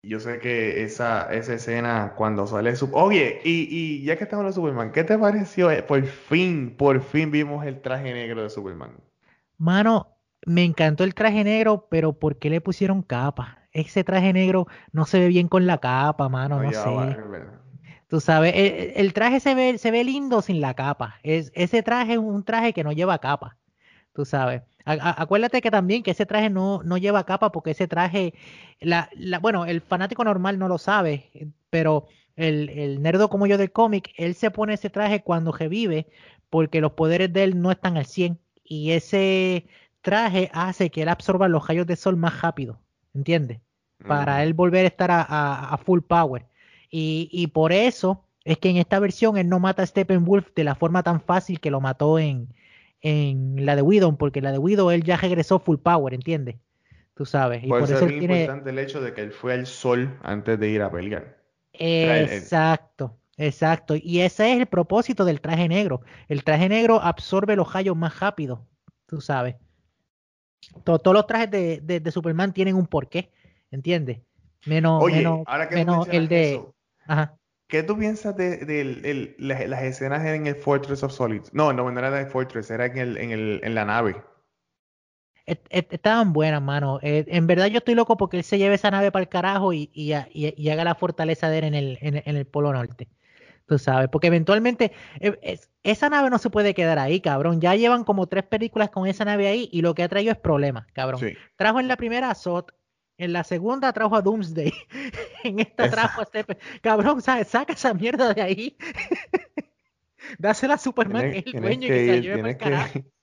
yo sé que esa escena cuando sale su... Oye, y ya que estamos en Superman, ¿qué te pareció? Por fin vimos el traje negro de Superman. Mano, me encantó el traje negro, pero ¿por qué le pusieron capa? Ese traje negro no se ve bien con la capa, mano, No no llevaba, sé. es verdad. Tú sabes, el traje se ve lindo sin la capa. Ese traje es un traje que no lleva capa. Tú sabes. Acuérdate que también que ese traje no lleva capa porque ese traje, bueno, el fanático normal no lo sabe, pero el nerdo como yo del cómic, él se pone ese traje cuando revive porque los poderes de él no están al 100 y ese traje hace que él absorba los rayos de sol más rápido, ¿entiendes? Para Ujú. él volver a estar a full power. Y por eso es que en esta versión él no mata a Steppenwolf de la forma tan fácil que lo mató en la de Widow, porque la de Widow él ya regresó full power, ¿entiendes? Tú sabes, y Por por eso es eso él bien tiene... importante el hecho de que él fue al sol antes de ir a pelear. O sea, Exacto, exacto. Y ese es el propósito del traje negro. El traje negro absorbe los rayos más rápido, tú sabes. Todos los trajes de Superman tienen un porqué, ¿entiendes? Oye, ahora que tú Menos el mencionas de... eso, Ajá. ¿qué tú piensas de las escenas en el Fortress of Solitude? No, no, no era en el Fortress, era en la nave. Estaban buenas, mano. En verdad yo estoy loco porque él se lleve esa nave para el carajo y haga la fortaleza de él en el Polo Norte. Tú sabes, porque eventualmente esa nave no se puede quedar ahí, cabrón. Ya llevan como 3 películas con esa nave ahí y lo que ha traído es problemas, cabrón. Sí. Trajo en la primera a Zod, en la segunda trajo a Doomsday, en esta trajo a Esa. Cabrón, ¿sabes? Saca esa mierda de ahí, dásela a Superman, que es el Tienes dueño y que que se la ir, lleve para tienes el que carajo. ir.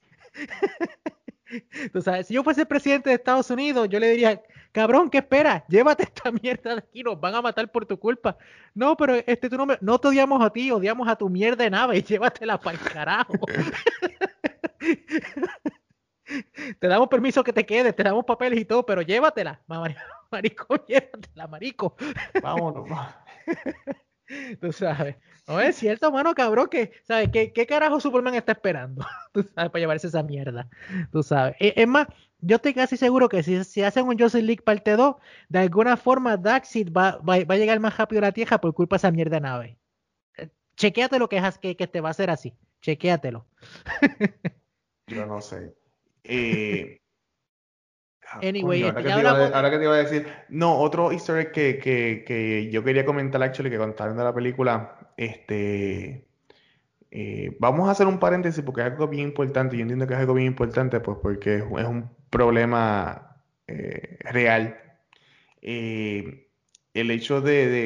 Tú sabes, si yo fuese presidente de Estados Unidos, yo le diría, cabrón, ¿qué esperas? Llévate esta mierda de aquí, nos van a matar por tu culpa. No, pero tú no te odiamos a ti, odiamos a tu mierda de nave, llévatela para el carajo. Te damos permiso que te quedes, te damos papeles y todo, pero llévatela, marico, llévatela, marico. Vámonos. Tú sabes. No es cierto, mano, cabrón, que, ¿sabes? ¿Qué carajo Superman está esperando? Tú sabes, para llevarse esa mierda. Tú sabes. Es más, yo estoy casi seguro que si hacen un Justice League parte 2 de alguna forma Darkseid va a llegar más rápido a la Tierra por culpa de esa mierda de nave. Chequéate lo que te va a hacer así. Chequéatelo. Yo no sé. Eh, Coño, Anyway, ya hablamos ahora de... que te iba a decir. No, otro easter egg que yo quería comentar, actually, que cuando estaba viendo la película, vamos a hacer un paréntesis porque es algo bien importante. Yo entiendo que es algo bien importante, pues porque es un problema real. Eh, el hecho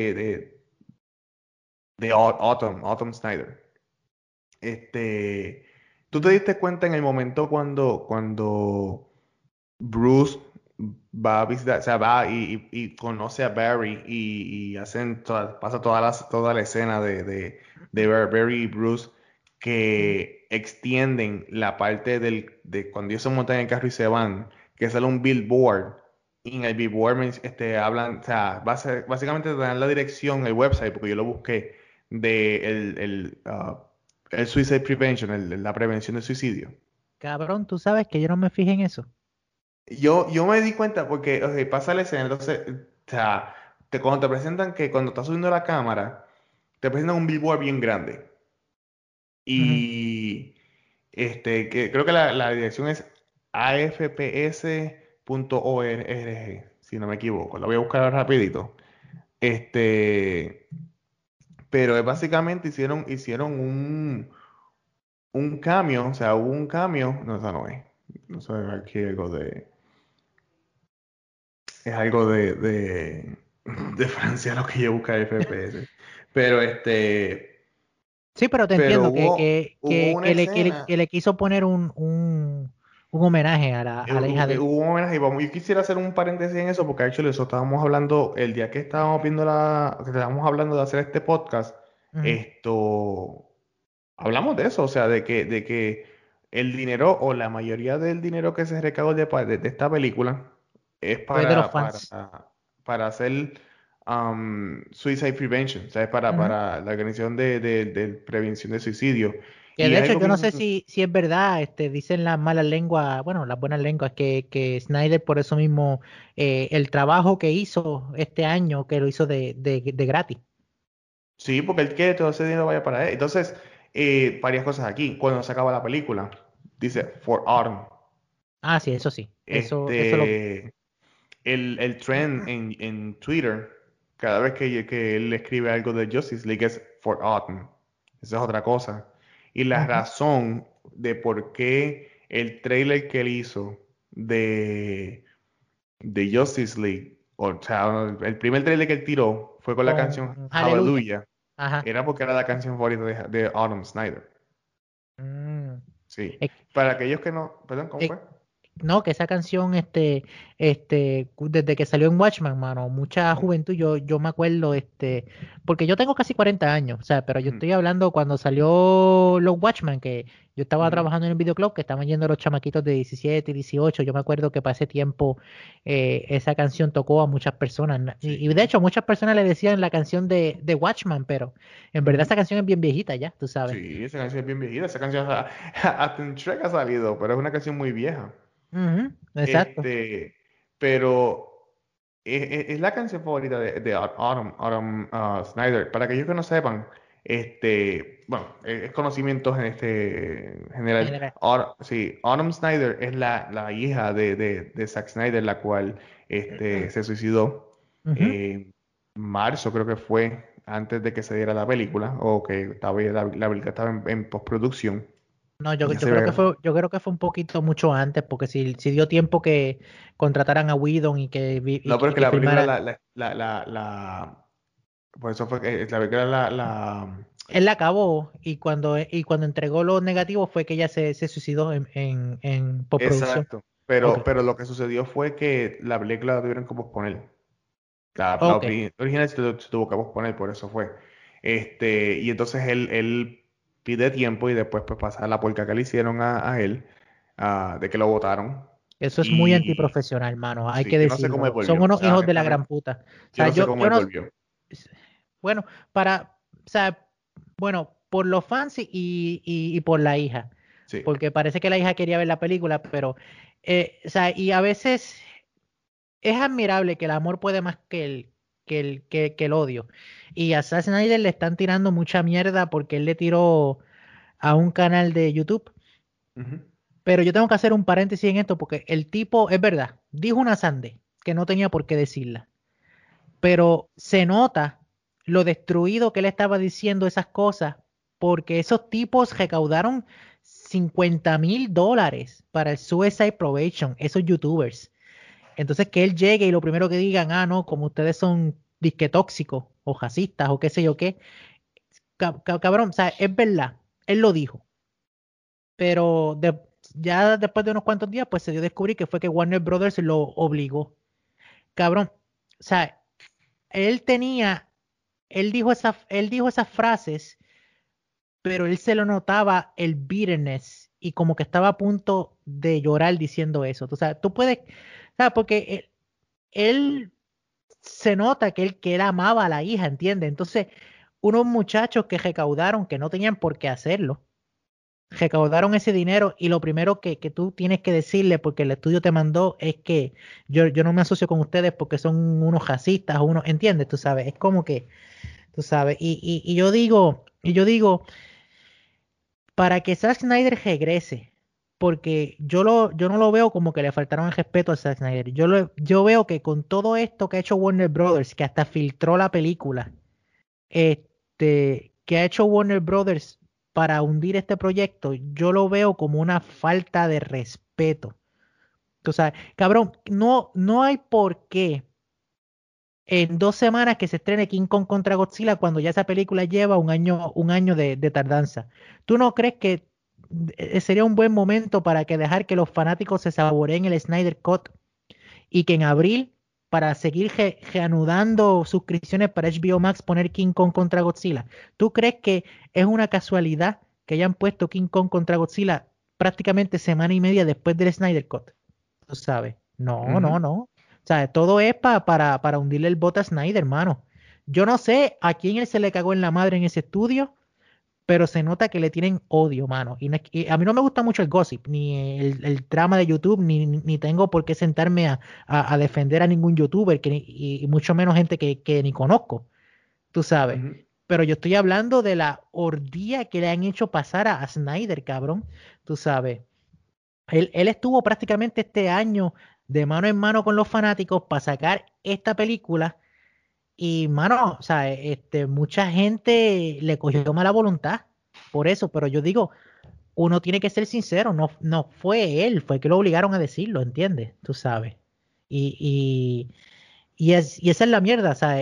de Autumn Snyder. Este, ¿Tú te diste cuenta en el momento cuando Bruce va a visitar, o sea, va y conoce a Barry y pasa toda la escena de Barry y Bruce que extienden la parte de cuando ellos se montan en el carro y se van, que sale un billboard y en el billboard hablan, o sea, básicamente te dan la dirección, el website, porque yo lo busqué, de el Suicide Prevention, la prevención del suicidio. Cabrón, tú sabes que yo no me fijé en eso. Yo me di cuenta porque pasa la escena, entonces, o sea, cuando te presentan que cuando estás subiendo la cámara, te presentan un billboard bien grande. Ujú. Y que creo que la dirección es afps.org, si no me equivoco. La voy a buscar rapidito. Este, pero es básicamente hicieron un cambio, o sea, hubo un cambio. No, esa no es. No sé, aquí algo de. Es algo de Francia lo que yo busco FPS. Pero Sí, pero te pero entiendo hubo una que escena, le quiso poner un homenaje a la hija de él. hubo un homenaje, y yo quisiera hacer un paréntesis en eso, porque actually eso estábamos hablando, el día que estábamos viendo que estábamos hablando de hacer este podcast, Ujú. esto, hablamos de eso, o sea, de que el dinero o la mayoría del dinero que se recauda de esta película es Fue de los fans. para hacer Suicide Prevention, ¿sabes? Ujú. Para la organización de prevención de suicidio. Que Y de es hecho algo yo no sé bien, si es verdad, dicen las malas lenguas, bueno, las buenas lenguas, que Snyder por eso mismo, el trabajo que hizo este año, que lo hizo de gratis. sí, porque él quiere que todo ese dinero vaya para él. Entonces, varias cosas aquí. Cuando se acaba la película, dice For Autumn. Ah, sí, eso sí, eso lo vi. Este, el trend en Twitter, cada vez que él escribe algo de Justice League es For Autumn. Esa es otra cosa. Y la Ujú. razón de por qué el trailer que él hizo de Justice League, o sea, el primer trailer que él tiró fue con la canción Con Aleluya. Hallelujah, Ajá. era porque era la canción favorita de Autumn Snyder. Mm. Sí. Es, Para aquellos que no, perdón, ¿cómo es fue? No, que esa canción, desde que salió en Watchmen, mano, mucha Ujú, juventud, yo me acuerdo, porque yo tengo casi 40 años, o sea, pero yo ujú, estoy hablando cuando salió los Watchmen, que yo estaba ujú. trabajando en el videoclub, que estaban yendo los chamaquitos de 17 y 18, yo me acuerdo que para ese tiempo esa canción tocó a muchas personas, y de Sí. hecho muchas personas le decían la canción de Watchmen, pero en verdad Ujú. esa canción es bien viejita ya, tú sabes. Sí, esa canción es bien viejita. Esa canción hasta en Shrek ha salido, pero es una canción muy vieja. Ujú, exacto. Este, pero es la canción favorita de Autumn Snyder. Para aquellos que no sepan, bueno, es conocimiento en general. General. Sí, Autumn Snyder es la hija de Zack Snyder, la cual se suicidó Ujú. en marzo, creo que fue, antes de que se diera la película, o que estaba, la película estaba en postproducción. No, Ya se ve. yo creo que fue un poquito mucho antes, porque si dio tiempo que contrataran a Whedon No, pero y es que que la película, filmara. por eso fue que la película, Él la acabó y cuando entregó los negativos fue que ella se suicidó en postproducción. exacto. Ok, Pero lo que sucedió fue que la película la tuvieron que posponer. La ok. original se tuvo que posponer, por eso fue. Y entonces él pide tiempo y después pues pasa la porca que le hicieron a él, de que lo votaron. Eso es muy Y antiprofesional, mano, hay sí, que yo no sé cómo él decirlo. Son volvió. O unos sea, hijos de la gran honestamente, puta. O yo sea, no sé cómo yo él no, volvió. bueno, o sea, bueno, por los fans y por la hija, Sí. porque parece que la hija quería ver la película, pero, o sea, y a veces es admirable que el amor puede más que el odio. Y a Zack Snyder le están tirando mucha mierda porque él le tiró a un canal de YouTube. Ujú, Pero yo tengo que hacer un paréntesis en esto porque el tipo, es verdad, dijo una sande que no tenía por qué decirla. Pero se nota lo destruido que él estaba diciendo esas cosas porque esos tipos recaudaron $50,000 para el Suicide Probation, esos youtubers. Entonces que él llegue y lo primero que digan, ah, no, como ustedes son disque tóxicos o racistas o qué sé yo qué, cabrón, o sea, es verdad, él lo dijo, pero ya después de unos cuantos días, pues se dio a descubrir que fue que Warner Brothers lo obligó. Cabrón, o sea, él tenía, él dijo esas frases, pero él se lo notaba el bitterness y como que estaba a punto de llorar diciendo eso. O sea, tú puedes, ¿sabes? Porque él se nota que él amaba a la hija, ¿entiendes? Entonces, unos muchachos que recaudaron, que no tenían por qué hacerlo, recaudaron ese dinero y lo primero que tú tienes que decirle, porque el estudio te mandó, es que yo no me asocio con ustedes porque son unos racistas o unos, ¿entiendes? Tú sabes, es como que, tú sabes, y yo digo, para que Zack Snyder regrese, porque yo no lo veo como que le faltaron el respeto a Zack Snyder. Yo veo que con todo esto que ha hecho Warner Brothers, que hasta filtró la película, que ha hecho Warner Brothers para hundir este proyecto, yo lo veo como una falta de respeto. O sea, cabrón, no hay por qué en 2 semanas que se estrene King Kong contra Godzilla cuando ya esa película lleva un año de tardanza. ¿Tú no crees que sería un buen momento para que dejar que los fanáticos se saboreen el Snyder Cut y que en abril, para seguir reanudando suscripciones para HBO Max, poner King Kong contra Godzilla? ¿Tú crees que es una casualidad que hayan puesto King Kong contra Godzilla prácticamente semana y media después del Snyder Cut? Tú sabes. No, no, ujú. no. O sea, todo es para hundirle el bote a Snyder, hermano. Yo no sé a quién él se le cagó en la madre en ese estudio, pero se nota que le tienen odio, mano. Y a mí no me gusta mucho el gossip, ni el trama de YouTube, ni tengo por qué sentarme a defender a ningún youtuber, y mucho menos gente que ni conozco, tú sabes. Ujú. Pero yo estoy hablando de la orgía que le han hecho pasar a Snyder, cabrón, tú sabes. Él estuvo prácticamente este año de mano en mano con los fanáticos para sacar esta película y, mano, o sea, mucha gente le cogió mala voluntad por eso, pero yo digo, uno tiene que ser sincero, no fue él, fue que lo obligaron a decirlo, ¿entiendes? Tú sabes. Y, y esa es la mierda, ¿sabes?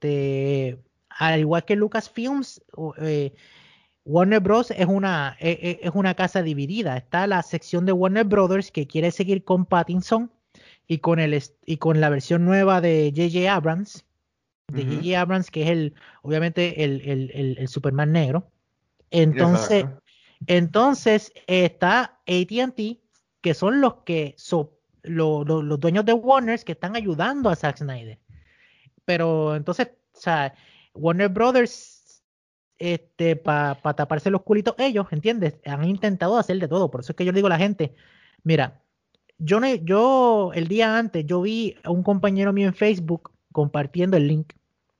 Al igual que Lucasfilms, Warner Bros. Es una casa dividida. Está la sección de Warner Brothers que quiere seguir con Pattinson y con la versión nueva de J.J. Abrams, Ujú. que es obviamente el Superman negro. Entonces, Exacto. entonces está AT&T, que son los dueños de Warner que están ayudando a Zack Snyder. Pero entonces, o sea, Warner Brothers, para taparse los culitos ellos, ¿entiendes? Han intentado hacer de todo. Por eso es que yo le digo a la gente, mira, yo el día antes, yo vi a un compañero mío en Facebook compartiendo el link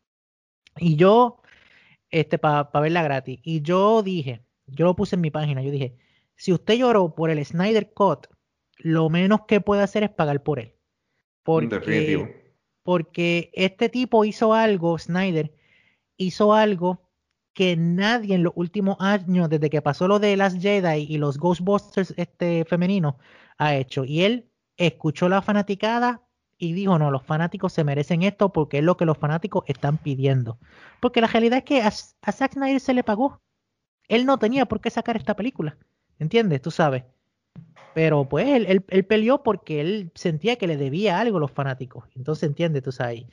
y yo, para verla gratis. Y yo dije, yo lo puse en mi página, yo dije, si usted lloró por el Snyder Cut, lo menos que puede hacer es pagar por él. Definitivo. Porque este tipo hizo algo, Snyder hizo algo que nadie en los últimos años, desde que pasó lo de Last Jedi y los Ghostbusters femeninos, ha hecho. Y él escuchó la fanaticada y dijo, no, los fanáticos se merecen esto porque es lo que los fanáticos están pidiendo. Porque la realidad es que a Zack Snyder se le pagó. Él no tenía por qué sacar esta película. ¿Entiendes? Tú sabes. Pero pues él peleó porque él sentía que le debía algo a los fanáticos. Entonces, ¿entiendes? Tú sabes.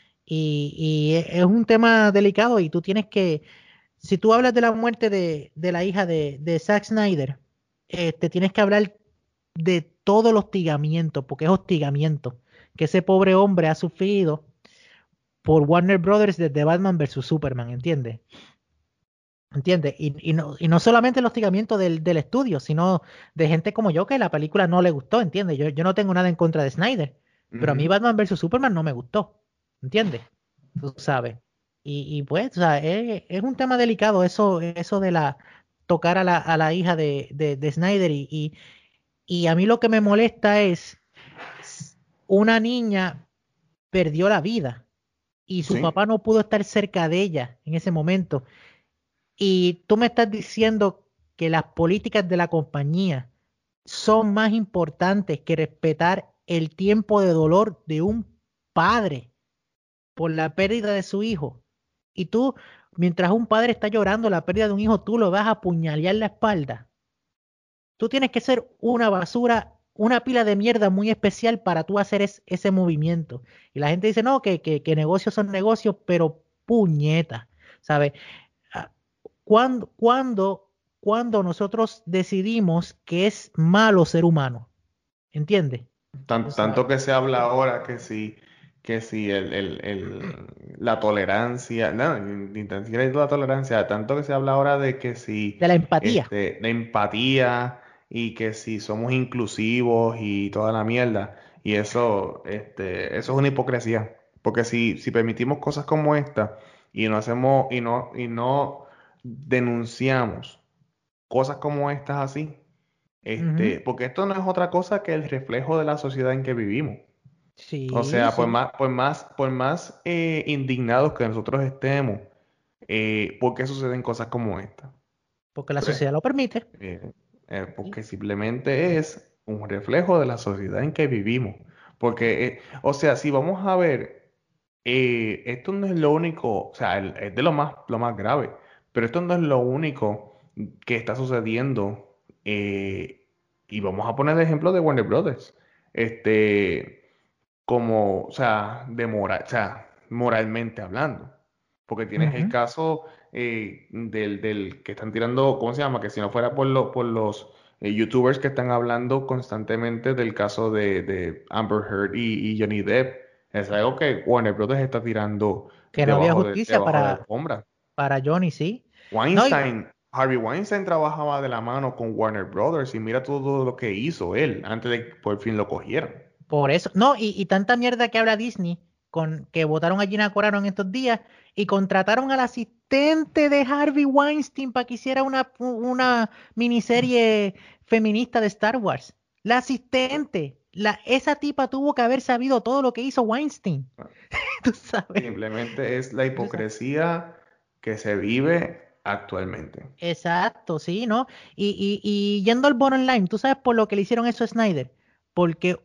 Y es un tema delicado y tú tienes que, si tú hablas de la muerte de la hija de Zack Snyder, tienes que hablar de todo el hostigamiento, porque es hostigamiento, que ese pobre hombre ha sufrido por Warner Brothers desde Batman versus Superman, ¿entiendes? ¿Entiendes? Y no solamente el hostigamiento del estudio, sino de gente como yo que la película no le gustó, ¿entiendes? Yo no tengo nada en contra de Snyder, pero a mí Ujú. Batman versus Superman no me gustó, ¿entiendes? Tú sabes. Y pues, o sea, es un tema delicado eso de tocar a la hija de Snyder y a mí lo que me molesta es una niña perdió la vida y su Sí. papá no pudo estar cerca de ella en ese momento. Y tú me estás diciendo que las políticas de la compañía son más importantes que respetar el tiempo de dolor de un padre por la pérdida de su hijo. Y tú, mientras un padre está llorando la pérdida de un hijo, tú lo vas a apuñalar la espalda. Tú tienes que ser una basura, una pila de mierda muy especial para tú hacer ese movimiento. Y la gente dice, no, que negocios son negocios, pero puñeta, ¿sabes? Ah, ¿Cuándo, cuándo, cuándo nosotros decidimos que es malo ser humano? ¿Entiendes? Tú Tanto sabes. que se habla ahora que si la tolerancia, no, ni tan siquiera es la tolerancia, tanto que se habla ahora de que si De la empatía. la empatía y que si somos inclusivos y toda la mierda, y eso es una hipocresía, porque si permitimos cosas como esta y no hacemos, y no denunciamos cosas como estas así, Ujú. porque esto no es otra cosa que el reflejo de la sociedad en que vivimos. O Sí, sea, sí. por más indignados que nosotros estemos, ¿por qué suceden cosas como esta? Porque la Pues, sociedad lo permite. eh, Sí. porque simplemente es un reflejo de la sociedad en que vivimos. Porque, o sea, si vamos a ver, esto no es lo único, o sea, es de lo más grave, pero esto no es lo único que está sucediendo. Y vamos a poner el ejemplo de Warner Brothers. Este, como, o sea, o sea, moralmente hablando. Porque tienes el Ujú. caso del que están tirando, ¿cómo se llama? Que si no fuera por los YouTubers que están hablando constantemente del caso de Amber Heard y Johnny Depp, es algo que Warner Brothers está tirando Que no había justicia debajo de la alfombra. para Johnny, sí. No, Weinstein, Harvey Weinstein trabajaba de la mano con Warner Brothers y mira todo lo que hizo él antes de que por fin lo cogieran. Por eso, no, y tanta mierda que habla Disney, con que votaron a Gina Carano en estos días y contrataron al asistente de Harvey Weinstein para que hiciera una miniserie feminista de Star Wars. La asistente, esa tipa tuvo que haber sabido todo lo que hizo Weinstein, tú sabes. Simplemente es la Tú sabes. hipocresía que se vive actualmente. Exacto, sí, ¿no? Y yendo al bottom line, ¿tú sabes por lo que le hicieron eso a Snyder? Porque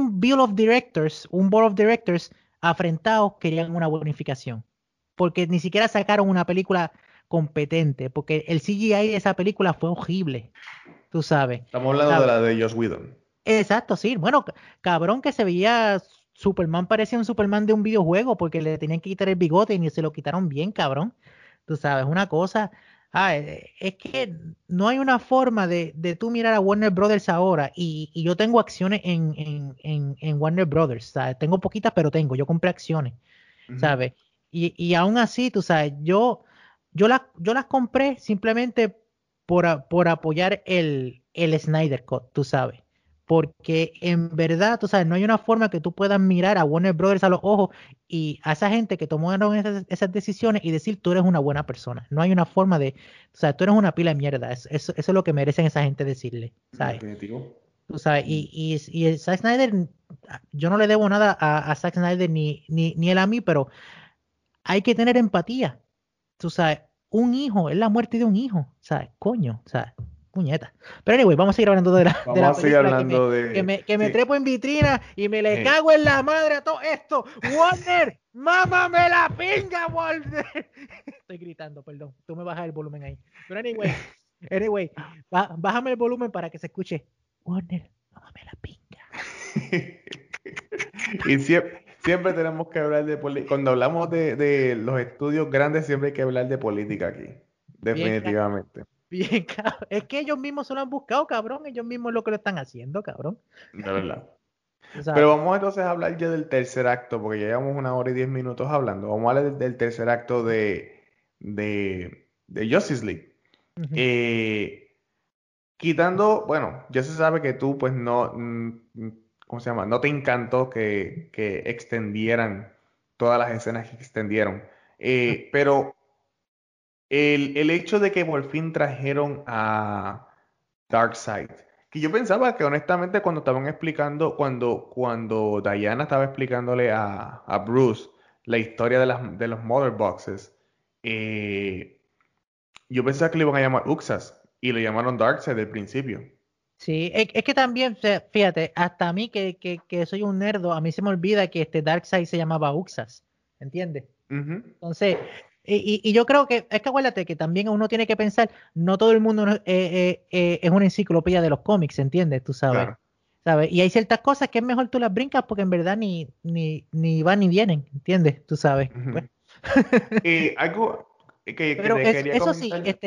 un board of directors afrentados querían una bonificación. Porque ni siquiera sacaron una película competente, porque el CGI de esa película fue horrible, tú sabes. Estamos hablando de ¿Sabes? la de Joss Whedon. Exacto, sí. Bueno, cabrón que se veía, Superman parecía un Superman de un videojuego porque le tenían que quitar el bigote y ni se lo quitaron bien, cabrón. Tú sabes, una cosa. Es que no hay una forma de tú mirar a Warner Brothers ahora y yo tengo acciones en Warner Brothers, ¿sabes? Tengo poquitas, pero tengo. Yo compré acciones, Ujú. ¿sabes? Y aún así, tú sabes, yo las compré simplemente por apoyar el Snyder Cut, tú sabes. Porque en verdad, tú sabes, no hay una forma que tú puedas mirar a Warner Brothers a los ojos y a esa gente que tomaron esas decisiones y decir tú eres una buena persona. No hay una forma de, o sea, tú eres una pila de mierda. Eso es lo que merecen esa gente decirle, ¿sabes? Definitivo. Tú sabes, y Zack Snyder, yo no le debo nada a Zack Snyder ni él a mí, pero hay que tener empatía. Tú sabes, un hijo, es la muerte de un hijo, ¿sabes? Coño, ¿sabes? Puñeta. Pero anyway, vamos a seguir hablando de la Vamos a seguir película que me, hablando que de... me, que me Sí. trepo en vitrina y me le Eh, cago en la madre a todo esto. Warner, mámame la pinga, Warner. Estoy gritando, perdón. Tú me bajas el volumen ahí. Pero anyway, bájame el volumen para que se escuche. Warner, mámame la pinga. Y siempre tenemos que hablar de política. Cuando hablamos de los estudios grandes, siempre hay que hablar de política aquí. Bien, Definitivamente. bien, cabrón. Es que ellos mismos se lo han buscado, cabrón. Ellos mismos es lo que lo están haciendo, cabrón. De verdad. Tú Pero sabes. vamos entonces a hablar ya del tercer acto, porque ya llevamos 1 hora y 10 minutos hablando. Vamos a hablar del tercer acto de Justice League. Ujú. Eh, Quitando, bueno, ya se sabe que tú, pues no, ¿cómo se llama? No te encantó que extendieran todas las escenas que extendieron. Pero el hecho de que por fin trajeron a Darkseid, que yo pensaba que honestamente cuando estaban explicando, cuando Diana estaba explicándole a Bruce la historia de los Mother Boxes, eh, yo pensaba que le iban a llamar Uxas y lo llamaron Darkseid del principio. Sí, es que también, o sea, fíjate, hasta a mí que soy un nerdo, a mí se me olvida que este Darkseid se llamaba Uxas, ¿entiendes? Ujú. Entonces, y yo creo que, es que acuérdate que también uno tiene que pensar, no todo el mundo es una enciclopedia de los cómics, ¿entiendes? Tú sabes, Claro. ¿sabes? Y hay ciertas cosas que es mejor tú las brincas porque en verdad ni van ni vienen, ¿entiendes? Tú sabes. Pues. Ujú. Algo que Pero te quería eso sí, comentar.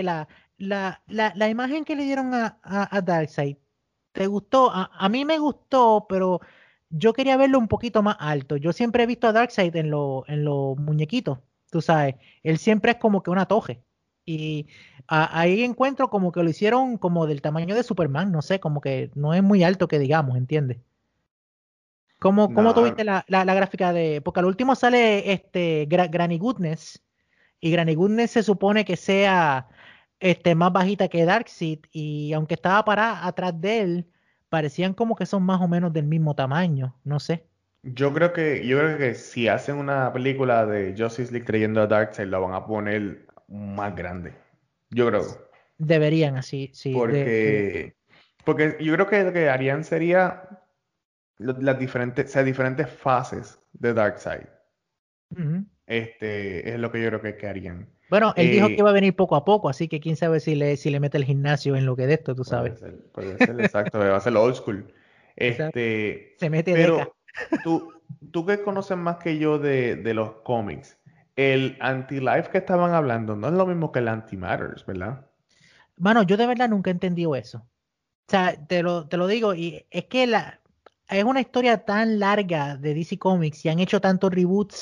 la imagen que le dieron a Darkseid, ¿te gustó? A mí me gustó, pero yo quería verlo un poquito más alto. Yo siempre he visto a Darkseid en los muñequitos, tú sabes. Él siempre es como que una toje. Y ahí encuentro como que lo hicieron como del tamaño de Superman, no sé, como que no es muy alto que digamos, ¿entiendes? ¿Cómo No, tuviste la gráfica de...? Porque al último sale Granny Goodness. Y Granny Goodness se supone que sea más bajita que Darkseid. Y aunque estaba parada atrás de él, parecían como que son más o menos del mismo tamaño. No sé. yo creo que si hacen una película de Justice League trayendo a Darkseid, la van a poner más grande. Yo creo. Deberían así, sí. Porque, porque yo creo que lo que harían sería las diferentes, o sea, diferentes fases de Darkseid. Ujú. Es lo que yo creo que harían. Bueno, él dijo que iba Eh, a venir poco a poco, así que quién sabe si le mete el gimnasio en lo que de esto, tú sabes. puede ser exacto, va a ser old school. Exacto. Este, Se mete Deca. pero tú que conoces más que yo de los cómics, el anti-life que estaban hablando no es lo mismo que el anti-matters, ¿verdad? Mano, yo de verdad nunca he entendido eso. O sea, te lo digo, y es que es una historia tan larga de DC Comics y han hecho tantos reboots.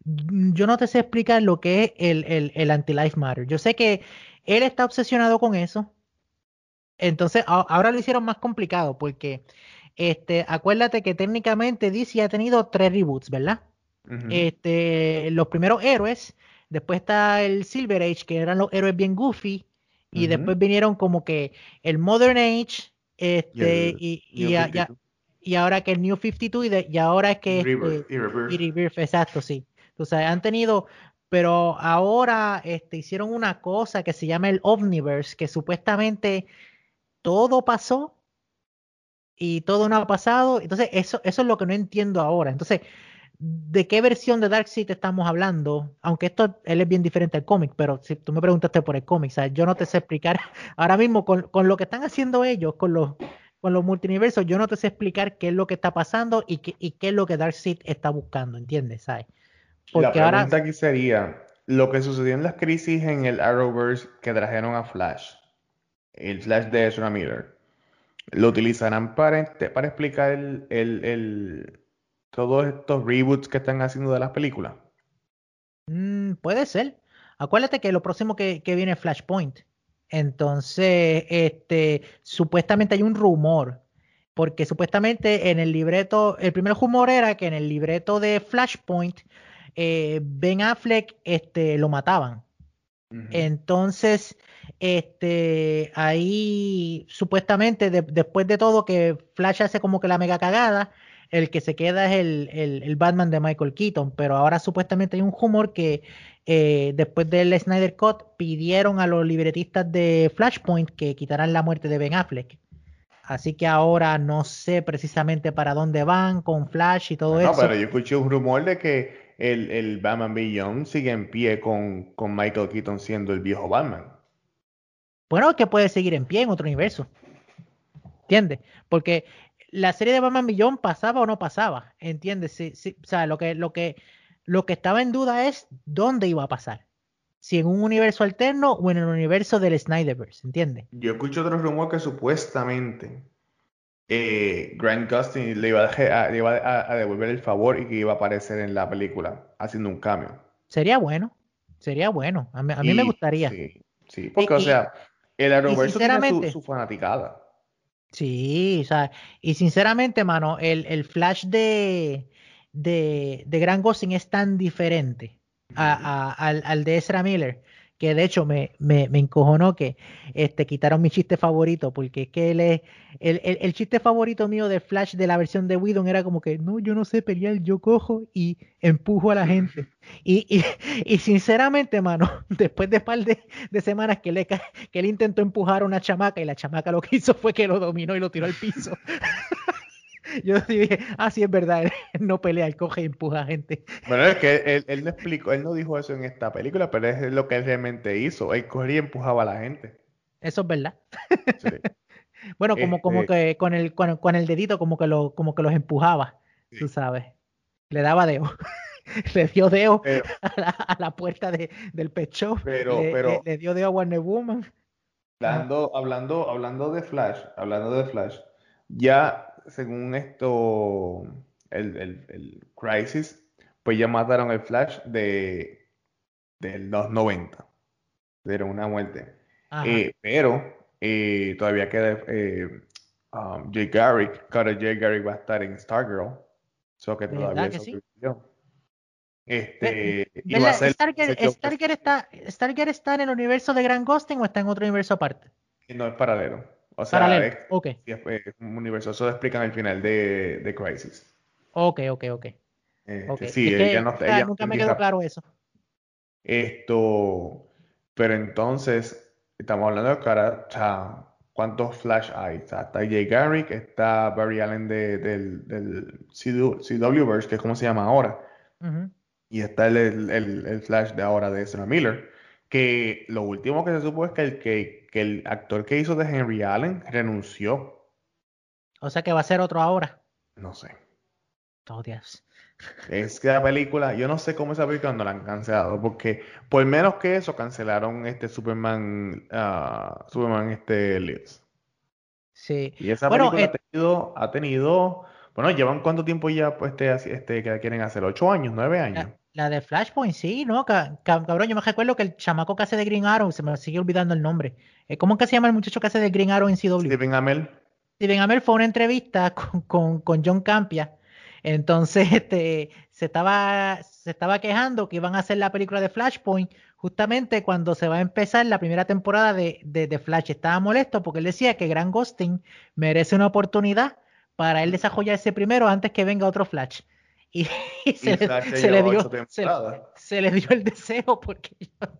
Yo no te sé explicar lo que es el anti-life matter. Yo sé que él está obsesionado con eso. Entonces, ahora lo hicieron más complicado porque acuérdate que técnicamente DC ha tenido tres reboots, ¿verdad? Ujú, Los primeros héroes, después está el Silver Age, que eran los héroes bien goofy, y ujú. después vinieron como que el Modern Age, Y el y, New y, a- y, 52. a- y ahora que el New 52, y ahora es Y que Rebirth. Y y Rebirth. Rebirth, exacto, sí. Entonces han tenido, pero ahora hicieron una cosa que se llama el Omniverse, que supuestamente todo pasó y todo no ha pasado. Entonces, eso es lo que no entiendo ahora. Entonces, ¿de qué versión de Darkseid estamos hablando? Aunque él es bien diferente al cómic, pero si tú me preguntaste por el cómic, ¿sabes? Yo no te sé explicar ahora mismo con lo que están haciendo ellos, con los multiversos, yo no te sé explicar qué es lo que está pasando y qué es lo que Darkseid está buscando, ¿entiendes? ¿Sabes? La Porque ahora, pregunta aquí sería, lo que sucedió en las crisis en el Arrowverse que trajeron a Flash, el Flash de Ezra Miller, ¿lo utilizarán para explicar todos estos reboots que están haciendo de las películas? puede ser. Acuérdate que lo próximo que viene es Flashpoint. Entonces, supuestamente hay un rumor, porque supuestamente en el libreto, el primer rumor era que en el libreto de Flashpoint, Ben Affleck, lo mataban. Ujú. Entonces, ahí supuestamente después de todo que Flash hace como que la mega cagada, el que se queda es el Batman de Michael Keaton, pero ahora supuestamente hay un rumor que después del Snyder Cut pidieron a los libretistas de Flashpoint que quitaran la muerte de Ben Affleck. Así que ahora no sé precisamente para dónde van con Flash y todo Bueno, eso. pero yo escuché un rumor de que el Batman Beyond sigue en pie con Michael Keaton siendo el viejo Batman. Bueno, que puede seguir en pie en otro universo. ¿Entiendes? Porque la serie de Batman Millón pasaba o no pasaba, ¿entiendes? Sí, sí, o sea, lo que estaba en duda es dónde iba a pasar. Si en un universo alterno o en el universo del Snyderverse, ¿entiendes? Yo escuché otro rumor que supuestamente Grant Gustin le iba a devolver el favor y que iba a aparecer en la película haciendo un cambio. Sería bueno, sería bueno. A mí me Y gustaría. sí, sí, Y, porque o y, sea, el y Arrowverso tiene sinceramente, su fanaticada. sí, o sea, y sinceramente, mano, el Flash de Grant Gustin es tan diferente Ujú. al de Ezra Miller, que de hecho me encojonó que quitaron mi chiste favorito, porque es que el chiste favorito mío del Flash de la versión de Whedon era como que, no, yo no sé pelear, yo cojo y empujo a la gente. Y, y, y sinceramente, mano, después de un par de semanas que él intentó empujar a una chamaca y la chamaca lo que hizo fue que lo dominó y lo tiró al piso. Yo dije, ah, sí, es verdad, él no pelea, él coge y empuja a gente. Bueno, es que él no explicó, él no dijo eso en esta película, pero es lo que él realmente hizo. Él corría y empujaba a la gente. Eso es verdad. Sí. Bueno, como Este, que con el dedito como que los empujaba, tú sí. sabes. Le daba deo. Le dio deo Pero, a la puerta del pet shop. pero, Le, le, pero, le dio deo a Wonder Woman. Ajá. hablando de Flash, ya según esto, el Crisis, pues ya mataron el Flash de los 90. Era una muerte. Ajá. Pero todavía queda Jay Garrick, que ahora Jay Garrick va a estar en Stargirl, so que todavía ¿Verdad que sí? sobrevivió. Y va a ¿Verdad? ser, Joseph, Stargate está en el universo de Grant Gustin o está en otro universo aparte? que no es paralelo. O sea, Paralelo. Ok. sí, es un universo, eso lo explican al final de Crisis. Ok, ok, ok. Ok. Sí, Es que ella nunca, no está nunca en me quedó tierra. claro eso. Esto, pero entonces, estamos hablando de cara, o sea, ¿cuántos Flash hay? O sea, está Jay Garrick, está Barry Allen del CWverse, que es como se llama ahora, Ujú. y está el Flash de ahora de Ezra Miller, que lo último que se supo es que el actor que hizo de Henry Allen renunció, O sea que va a ser otro ahora. no sé. Oh, Dios. Es que la película, yo no sé cómo esa película no la han cancelado, porque por menos que eso cancelaron este Superman, Superman Lives. Sí. Y esa Bueno, película bueno, ¿llevan cuánto tiempo ya pues que la quieren hacer? ¿8 años? ¿9 años? La de Flashpoint, sí, ¿no? Cabrón, yo me recuerdo que el chamaco que hace de Green Arrow, se me sigue olvidando el nombre. ¿Cómo es que se llama el muchacho que hace de Green Arrow en CW? Stephen Amell. Steven Amell fue a una entrevista con John Campia. Entonces, se estaba quejando que iban a hacer la película de Flashpoint justamente cuando se va a empezar la primera temporada de Flash. Estaba molesto porque él decía que Grant Gustin merece una oportunidad para él desarrollarse primero antes que venga otro Flash. Y, y Y se le, Flash ya se le lleva dio, 8 temporadas. se le dio el deseo porque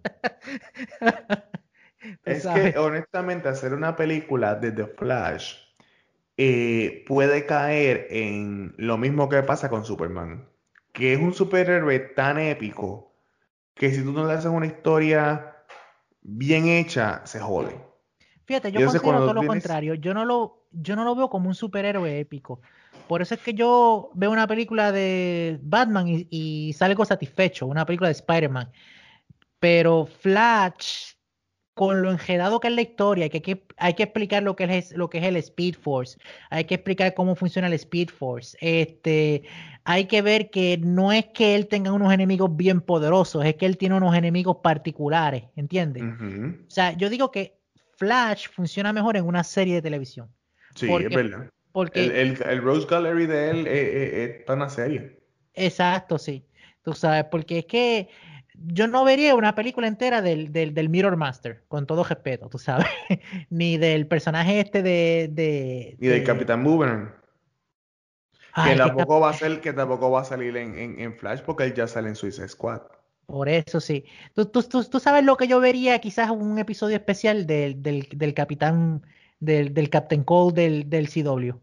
tú Es que sabes. honestamente hacer una película de The Flash puede caer en lo mismo que pasa con Superman, que es un superhéroe tan épico que si tú no le haces una historia bien hecha, se jode. Fíjate, Y yo entonces considero cuando todo tú lo tienes... contrario. Yo no lo veo como un superhéroe épico. Por eso es que yo veo una película de Batman y salgo satisfecho, una película de Spider-Man. Pero Flash, con lo enredado que es la historia, que hay que explicar lo que es el Speed Force, hay que explicar cómo funciona el Speed Force. Hay que ver que no es que él tenga unos enemigos bien poderosos, es que él tiene unos enemigos particulares, ¿entiendes? Ujú. O sea, yo digo que Flash funciona mejor en una serie de televisión. Sí, es Porque, verdad. El, porque, el, el Rose Gallery de él es para una serie. exacto, sí. Tú sabes, porque es que yo no vería una película entera del Mirror Master, con todo respeto, tú sabes. Ni del personaje este Y del Capitán Boomerang, que Ay, tampoco va a ser, que tampoco va a salir en Flash porque él ya sale en Suicide Squad. por eso sí. Tú sabes lo que yo vería, quizás un episodio especial del capitán, del Captain Cole del CW.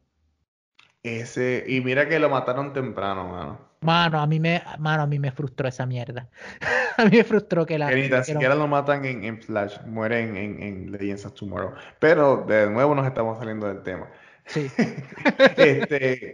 Y mira que lo mataron temprano, mano. Mano, a mí me frustró esa mierda. A mí me frustró que Que la, ni tan que no. siquiera lo matan en Flash, muere en Legends of Tomorrow. Pero de nuevo nos estamos saliendo del tema. Sí. Este,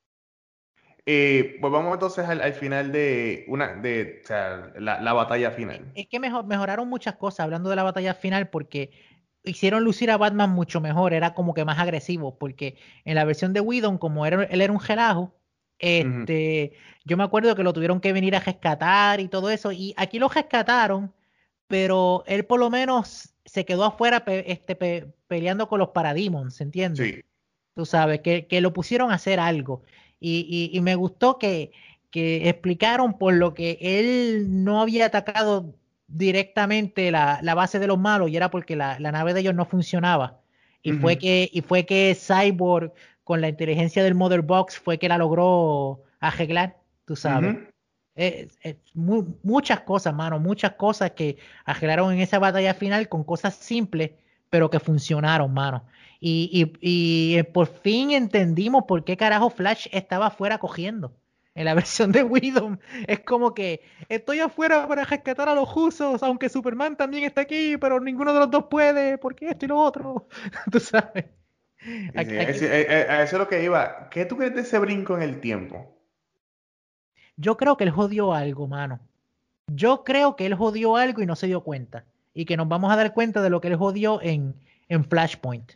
pues vamos entonces al final o sea, la batalla final. Es que mejoraron muchas cosas hablando de la batalla final porque hicieron lucir a Batman mucho mejor, era como que más agresivo, porque en la versión de Whedon, como él era un relajo, Ujú, yo me acuerdo que lo tuvieron que venir a rescatar y todo eso, y aquí lo rescataron, pero él por lo menos se quedó afuera peleando con los Parademons, ¿se entiende? sí. Tú sabes, que lo pusieron a hacer algo. Y me gustó que explicaron por lo que él no había atacado directamente la base de los malos y era porque la nave de ellos no funcionaba. Ujú, Y fue que Cyborg, con la inteligencia del Mother Box, fue que la logró arreglar, tú sabes. ujú. Muchas cosas, mano, muchas cosas que arreglaron en esa batalla final con cosas simples, pero que funcionaron, mano. Y por fin entendimos por qué carajo Flash estaba afuera cogiendo. En la versión de Widow es como que estoy afuera para rescatar a los Usos, aunque Superman también está aquí, pero ninguno de los dos puede, porque esto y lo otro. Tú sabes. Sí, sí, Aquí, a eso es lo que iba. ¿Qué tú crees de ese brinco en el tiempo? yo creo que él jodió algo, mano. Yo creo que él jodió algo y no se dio cuenta. Y que nos vamos a dar cuenta de lo que él jodió en Flashpoint.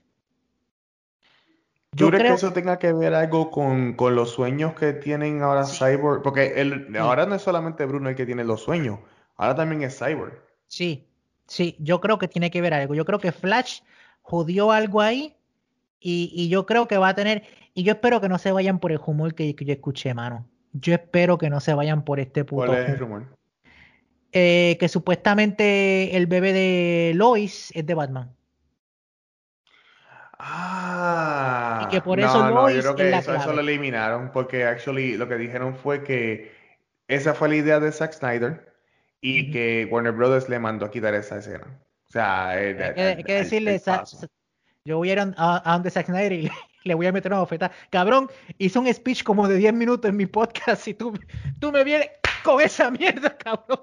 ¿Tú Yo crees que creo, eso tenga que ver algo con los sueños que tienen ahora sí, Cyborg? Porque sí, ahora no es solamente Bruno el que tiene los sueños, ahora también es Cyborg. sí, sí. Yo creo que tiene que ver algo. Yo creo que Flash jodió algo ahí y yo creo que va a tener. Y yo espero que no se vayan por el humor que yo escuché, mano. Yo espero que no se vayan por este ¿Cuál puto es el humor. rumor? Que supuestamente el bebé de Lois es de Batman. Y que por eso No, yo Lois creo es que la eso lo clave. eliminaron porque actually lo que dijeron fue que esa fue la idea de Zack Snyder y Ujú. que Warner Brothers le mandó a quitar esa escena. O sea, Hay que decirle, el paso. yo voy a ir a donde Zack Snyder y le voy a meter una bofetada. Cabrón, hizo un speech como de 10 minutos en mi podcast y tú me vienes con esa mierda, cabrón.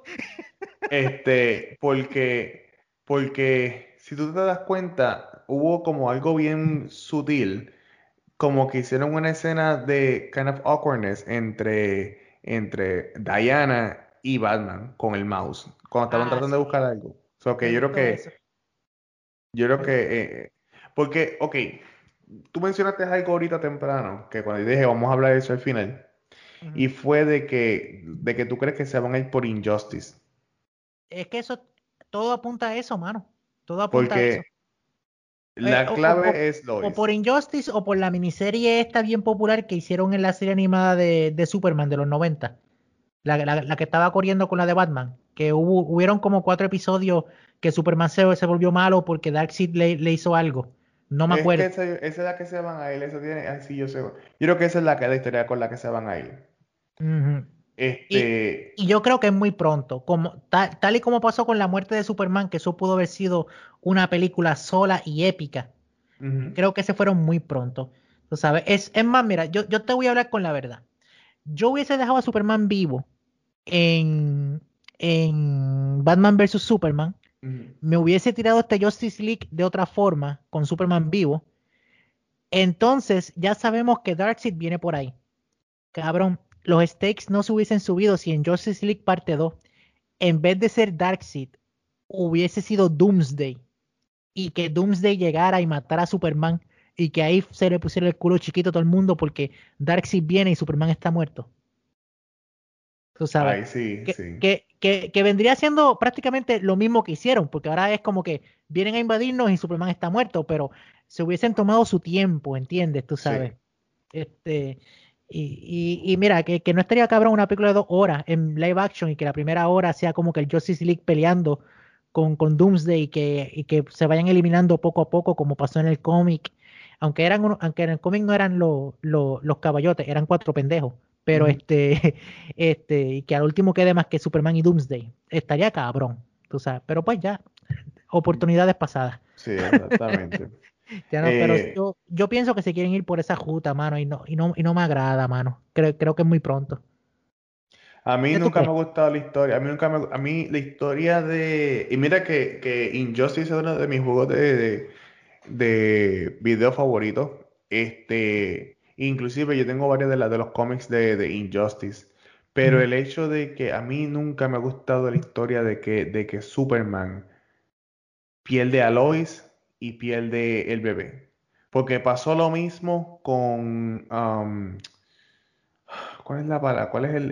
Porque si tú te das cuenta, hubo como algo bien sutil, como que hicieron una escena de kind of awkwardness entre Diana y Batman con el mouse, cuando estaban Ah, tratando de buscar sí, algo. So me que gustó eso. yo creo Me que, gustó. porque, ok, tú mencionaste algo ahorita temprano, que cuando yo dije vamos a hablar de eso al final. Ujú. y fue de que tú crees que se van a ir por Injustice. Es que eso, todo apunta a eso, mano. Todo apunta a eso. Porque Eh, la o, o- clave o- es o por Lois. Injustice o por la miniserie esta bien popular que hicieron en la serie animada de Superman de los 90. La que estaba corriendo con la de Batman. Que hubieron como 4 episodios que Superman se volvió malo porque Darkseid le hizo algo. No me Es que acuerdo. esa es la que se van a ir. Eso tiene, así yo sé. Yo creo que esa es la historia con la que se van a ir. Ujú. Y, Este. y yo creo que es muy pronto. Tal y como pasó con la muerte de Superman, que eso pudo haber sido una película sola y épica. Ujú, Creo que se fueron muy pronto. Tú sabes, es más, mira, yo te voy a hablar con la verdad. Yo hubiese dejado a Superman vivo en, en Batman versus Superman. ujú. Me hubiese tirado este Justice League de otra forma, con Superman vivo. Entonces, ya sabemos que Darkseid viene por ahí. Cabrón, los stakes no se hubiesen subido si en Justice League parte 2 en vez de ser Darkseid, hubiese sido Doomsday. Y que Doomsday llegara y matara a Superman. Y que ahí se le pusiera el culo chiquito a todo el mundo porque Darkseid viene y Superman está muerto. Tú sabes. Ay, sí, Que, sí. que, que vendría siendo prácticamente lo mismo que hicieron, porque ahora es como que vienen a invadirnos y Superman está muerto, pero se hubiesen tomado su tiempo, ¿entiendes? Tú sabes. Sí. Este, y mira, que no estaría cabrón una película de 2 horas en live action y que la primera hora sea como que el Justice League peleando con Doomsday y que se vayan eliminando poco a poco, como pasó en el cómic. Aunque en el cómic no eran los caballotes, eran 4 pendejos. Pero Ujú. y que al último quede más que Superman y Doomsday. Estaría cabrón, tú sabes. Pero pues ya, oportunidades pasadas. Sí, exactamente. Ya no, pero Eh, yo pienso que se quieren ir por esa ruta, mano, y no me agrada, mano. Creo que es muy pronto. a mí ¿Qué tú nunca me crees? ha gustado la historia. A mí la historia de. Y mira que Injustice es uno de mis juegos de video favoritos. Inclusive yo tengo varios de los cómics de Injustice. Pero Ujú. el hecho de que a mí nunca me ha gustado la historia de que Superman pierde a Lois y pierde el bebé. Porque pasó lo mismo con... ¿cuál es la palabra? ¿Cuál es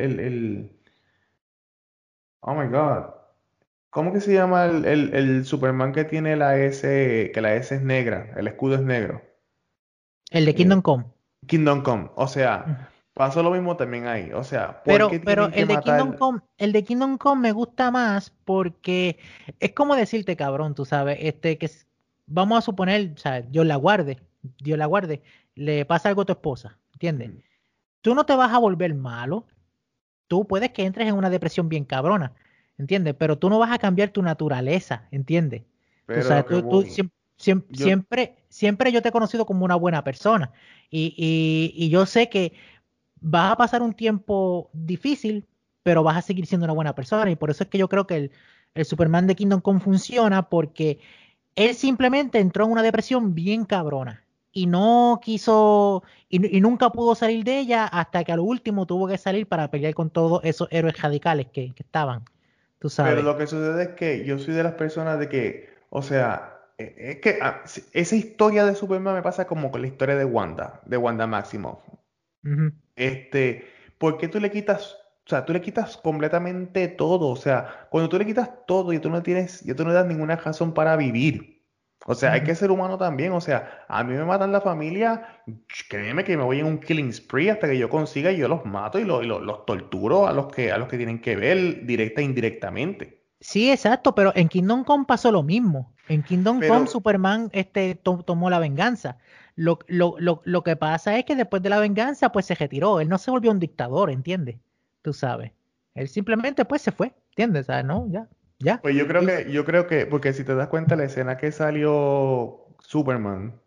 Oh my God. ¿Cómo que se llama el Superman que tiene la S, que la S es negra, el escudo es negro? El de Eh, Kingdom Come. Kingdom Come. O sea, Ujú. pasó lo mismo también ahí. O sea, ¿por qué Pero tienen que matar? El de Kingdom Come me gusta más porque es como decirte, cabrón, tú sabes, vamos a suponer, o sea, Dios la guarde, le pasa algo a tu esposa, ¿entiendes? Ujú. Tú no te vas a volver malo, tú puedes que entres en una depresión bien cabrona, ¿entiendes? Pero tú no vas a cambiar tu naturaleza, ¿entiendes? Tú Pero sabes, lo que tú voy, yo, siempre yo te he conocido como una buena persona y yo sé que vas a pasar un tiempo difícil, pero vas a seguir siendo una buena persona y por eso es que yo creo que el Superman de Kingdom Come funciona porque él simplemente entró en una depresión bien cabrona y no quiso y nunca pudo salir de ella hasta que a lo último tuvo que salir para pelear con todos esos héroes radicales que estaban, tú pero sabes. lo que sucede es que yo soy de las personas de que, o sea, es que esa historia de Superman me pasa como con la historia de Wanda Maximoff. Ujú. Este, ¿Por qué tú le quitas, o sea, tú le quitas completamente todo? O sea, cuando tú le quitas todo y tú no tienes, ya tú no le das ninguna razón para vivir. O sea, hay Ujú. que ser humano también. O sea, a mí me matan la familia, créeme que me voy en un killing spree hasta que yo consiga y yo los mato y los torturo a los que tienen que ver directa e indirectamente. Sí, exacto, pero en Kingdom Come pasó lo mismo. En Kingdom Pero, Come Superman tomó la venganza. Lo que pasa es que después de la venganza pues se retiró. Él no se volvió un dictador, ¿entiendes? Tú sabes. Él simplemente pues se fue, ¿entiendes? ¿Sabes? No, ya, ya. pues Él- yo creo que, porque si te das cuenta la escena que salió Superman,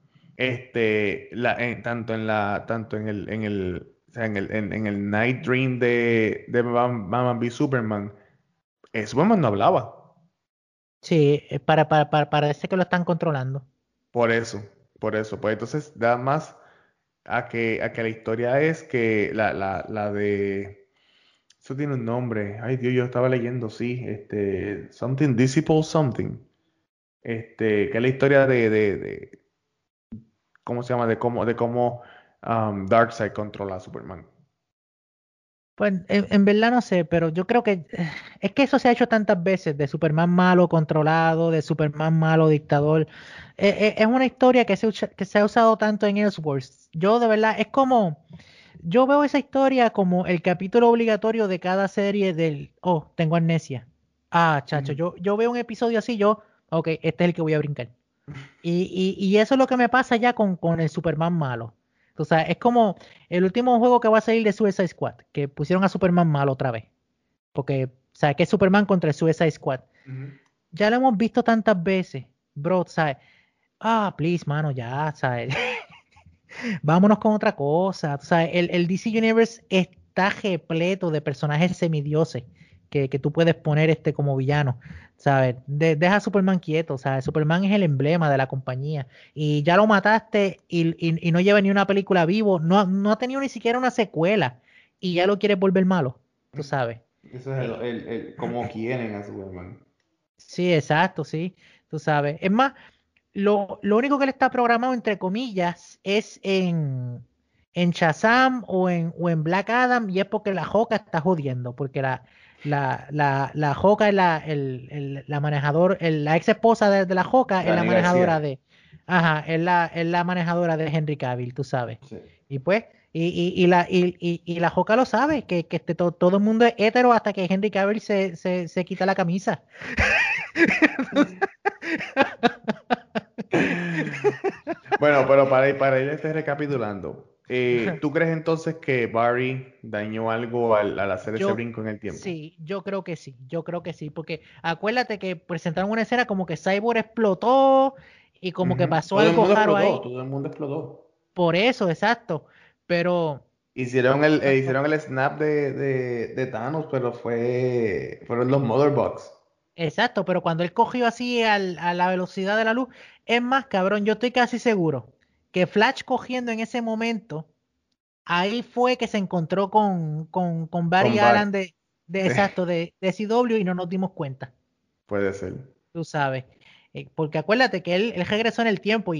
tanto o sea, en el Night Dream de Batman v Superman, Superman no hablaba. sí, parece que lo están controlando. Por eso, por eso. Pues entonces da más a que la historia es que la de, eso tiene un nombre. Ay, Dios, yo estaba leyendo, sí, Something Disciple Something. Que es la historia ¿cómo se llama? De cómo Darkseid controla a Superman. Pues en verdad no sé, pero yo creo que es que eso se ha hecho tantas veces, de Superman malo controlado, de Superman malo dictador. Es una historia que se ha usado tanto en Elseworlds. Yo de verdad, es como, yo veo esa historia como el capítulo obligatorio de cada serie del, oh, tengo amnesia. Ah, chacho, Ujú. yo veo un episodio así, yo, ok, este es el que voy a brincar. Y eso es lo que me pasa ya con el Superman malo. O sea, es como el último juego que va a salir de Suicide Squad, que pusieron a Superman malo otra vez. Porque, o sea, que es Superman contra el Suicide Squad. Ujú. Ya lo hemos visto tantas veces, bro, ¿sabes? Ah, please, mano, ya, ¿sabes? Vámonos con otra cosa. O sea, el DC Universe está repleto de personajes semidioses que tú puedes poner como villano. ¿Sabes? Deja a Superman quieto. ¿Sabes? Superman es el emblema de la compañía. Y ya lo mataste y no lleva ni una película vivo. No ha tenido ni siquiera una secuela. Y ya lo quieres volver malo. Tú sabes. Eso es Eh, como quieren a Superman. sí, exacto, sí. Tú sabes. Es más, lo único que le está programado, entre comillas, es en Shazam o en Black Adam, y es porque la Hoka está jodiendo, porque la Hoka es la manejador, la ex esposa de la Hoka es la Dani manejadora García. de, ajá, es la manejadora de Henry Cavill, tú sabes. Sí. Y pues, y la Hoka lo sabe, que todo el mundo es hétero hasta que Henry Cavill se quita la camisa. Bueno, pero para ir recapitulando, ¿tú crees entonces que Barry dañó algo al hacer ese Yo, brinco en el tiempo? sí, yo creo que sí, porque acuérdate que presentaron una escena como que Cyborg explotó y como que Ujú. pasó Todo el algo mundo raro explotó, ahí, todo el mundo explotó. por eso, exacto, pero, Hicieron el snap de Thanos, pero fueron los Mother Bugs. exacto, pero cuando él cogió así a la velocidad de la luz, es más, cabrón, yo estoy casi seguro que Flash cogiendo en ese momento, ahí fue que se encontró con Barry Con Barry. Allen de Sí, exacto, de CW y no nos dimos cuenta. puede ser. Tú sabes. Porque acuérdate que él regresó en el tiempo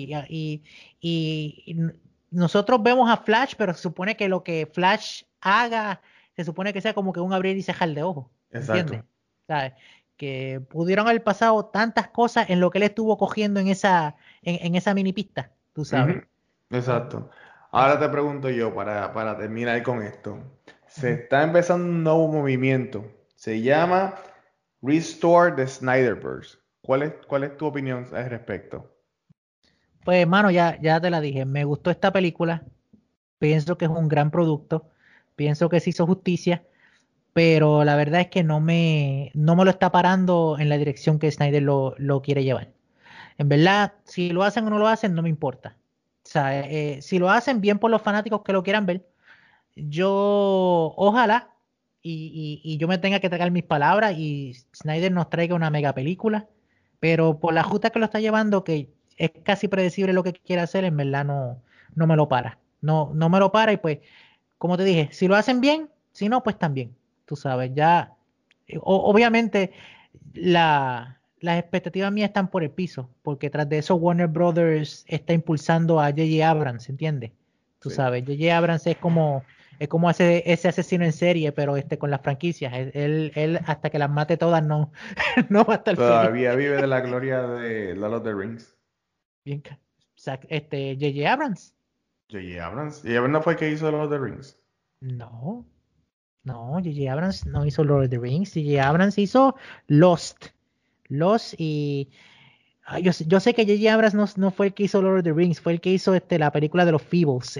y nosotros vemos a Flash, pero se supone que lo que Flash haga, se supone que sea como que un abrir y cerrar de ojos, Exacto. ¿entiendes? ¿Sabes? Que pudieron haber pasado tantas cosas en lo que él estuvo cogiendo en esa mini pista, tú sabes. Ujú. Exacto. Ahora te Exacto. pregunto yo, para terminar con esto. Se Ujú. está empezando un nuevo movimiento. Se llama Restore the Snyderverse. ¿Cuál es tu opinión al respecto? Pues, hermano, ya te la dije. Me gustó esta película. Pienso que es un gran producto. Pienso que se hizo justicia. Pero la verdad es que no me lo está parando en la dirección que Snyder lo quiere llevar. En verdad, si lo hacen o no lo hacen, no me importa. O sea, si lo hacen, bien por los fanáticos que lo quieran ver. Yo, ojalá, y yo me tenga que tragar mis palabras y Snyder nos traiga una mega película, pero por la justa que lo está llevando, que es casi predecible lo que quiere hacer, en verdad no me lo para. No me lo para y pues como te dije, si lo hacen bien, si no, pues también. Tú sabes, ya, obviamente las expectativas mías están por el piso, porque tras de eso Warner Brothers está impulsando a J.J. Abrams, ¿entiendes? Tú Sí. sabes, J.J. Abrams es como ese asesino en serie, pero con las franquicias. Él hasta que las mate todas no, no va a estar feliz. Todavía vive de la gloria de Lord of the Rings. Bien, J.J. Abrams. J.J. Abrams. ¿Y Abrams no fue el que hizo Lord of the Rings? No. No, J.J. Abrams no hizo Lord of the Rings. J.J. Abrams hizo Lost. Lost y... yo sé que J.J. Abrams no fue el que hizo Lord of the Rings, fue el que hizo la película de los Feebles.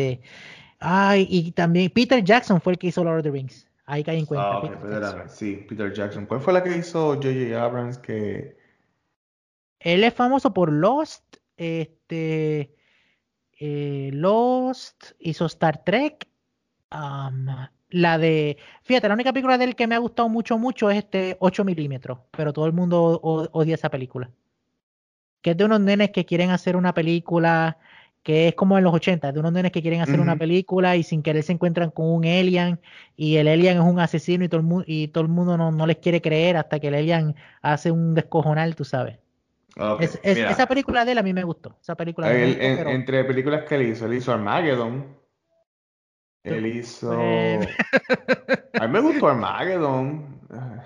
Y también Peter Jackson fue el que hizo Lord of the Rings. Ahí caí en cuenta, Ah, ok, Peter Jackson. perdóname. Sí, Peter Jackson. ¿Cuál fue la que hizo J.J. Abrams que... Él es famoso por Lost, Lost, hizo Star Trek. Am, fíjate, la única película de él que me ha gustado mucho, mucho es 8 milímetros, pero todo el mundo odia esa película. Que es de unos nenes que quieren hacer una película que es como en los 80, de unos nenes que quieren hacer una Ujú. película y sin querer se encuentran con un alien y el alien es un asesino y todo el mundo no les quiere creer hasta que el alien hace un descojonal, tú sabes. Ok, Esa mira. película de él a mí me gustó, esa película a mí me gustó, pero Entre películas que él hizo Armageddon. Él Pues, hizo... A mí me gustó Armageddon.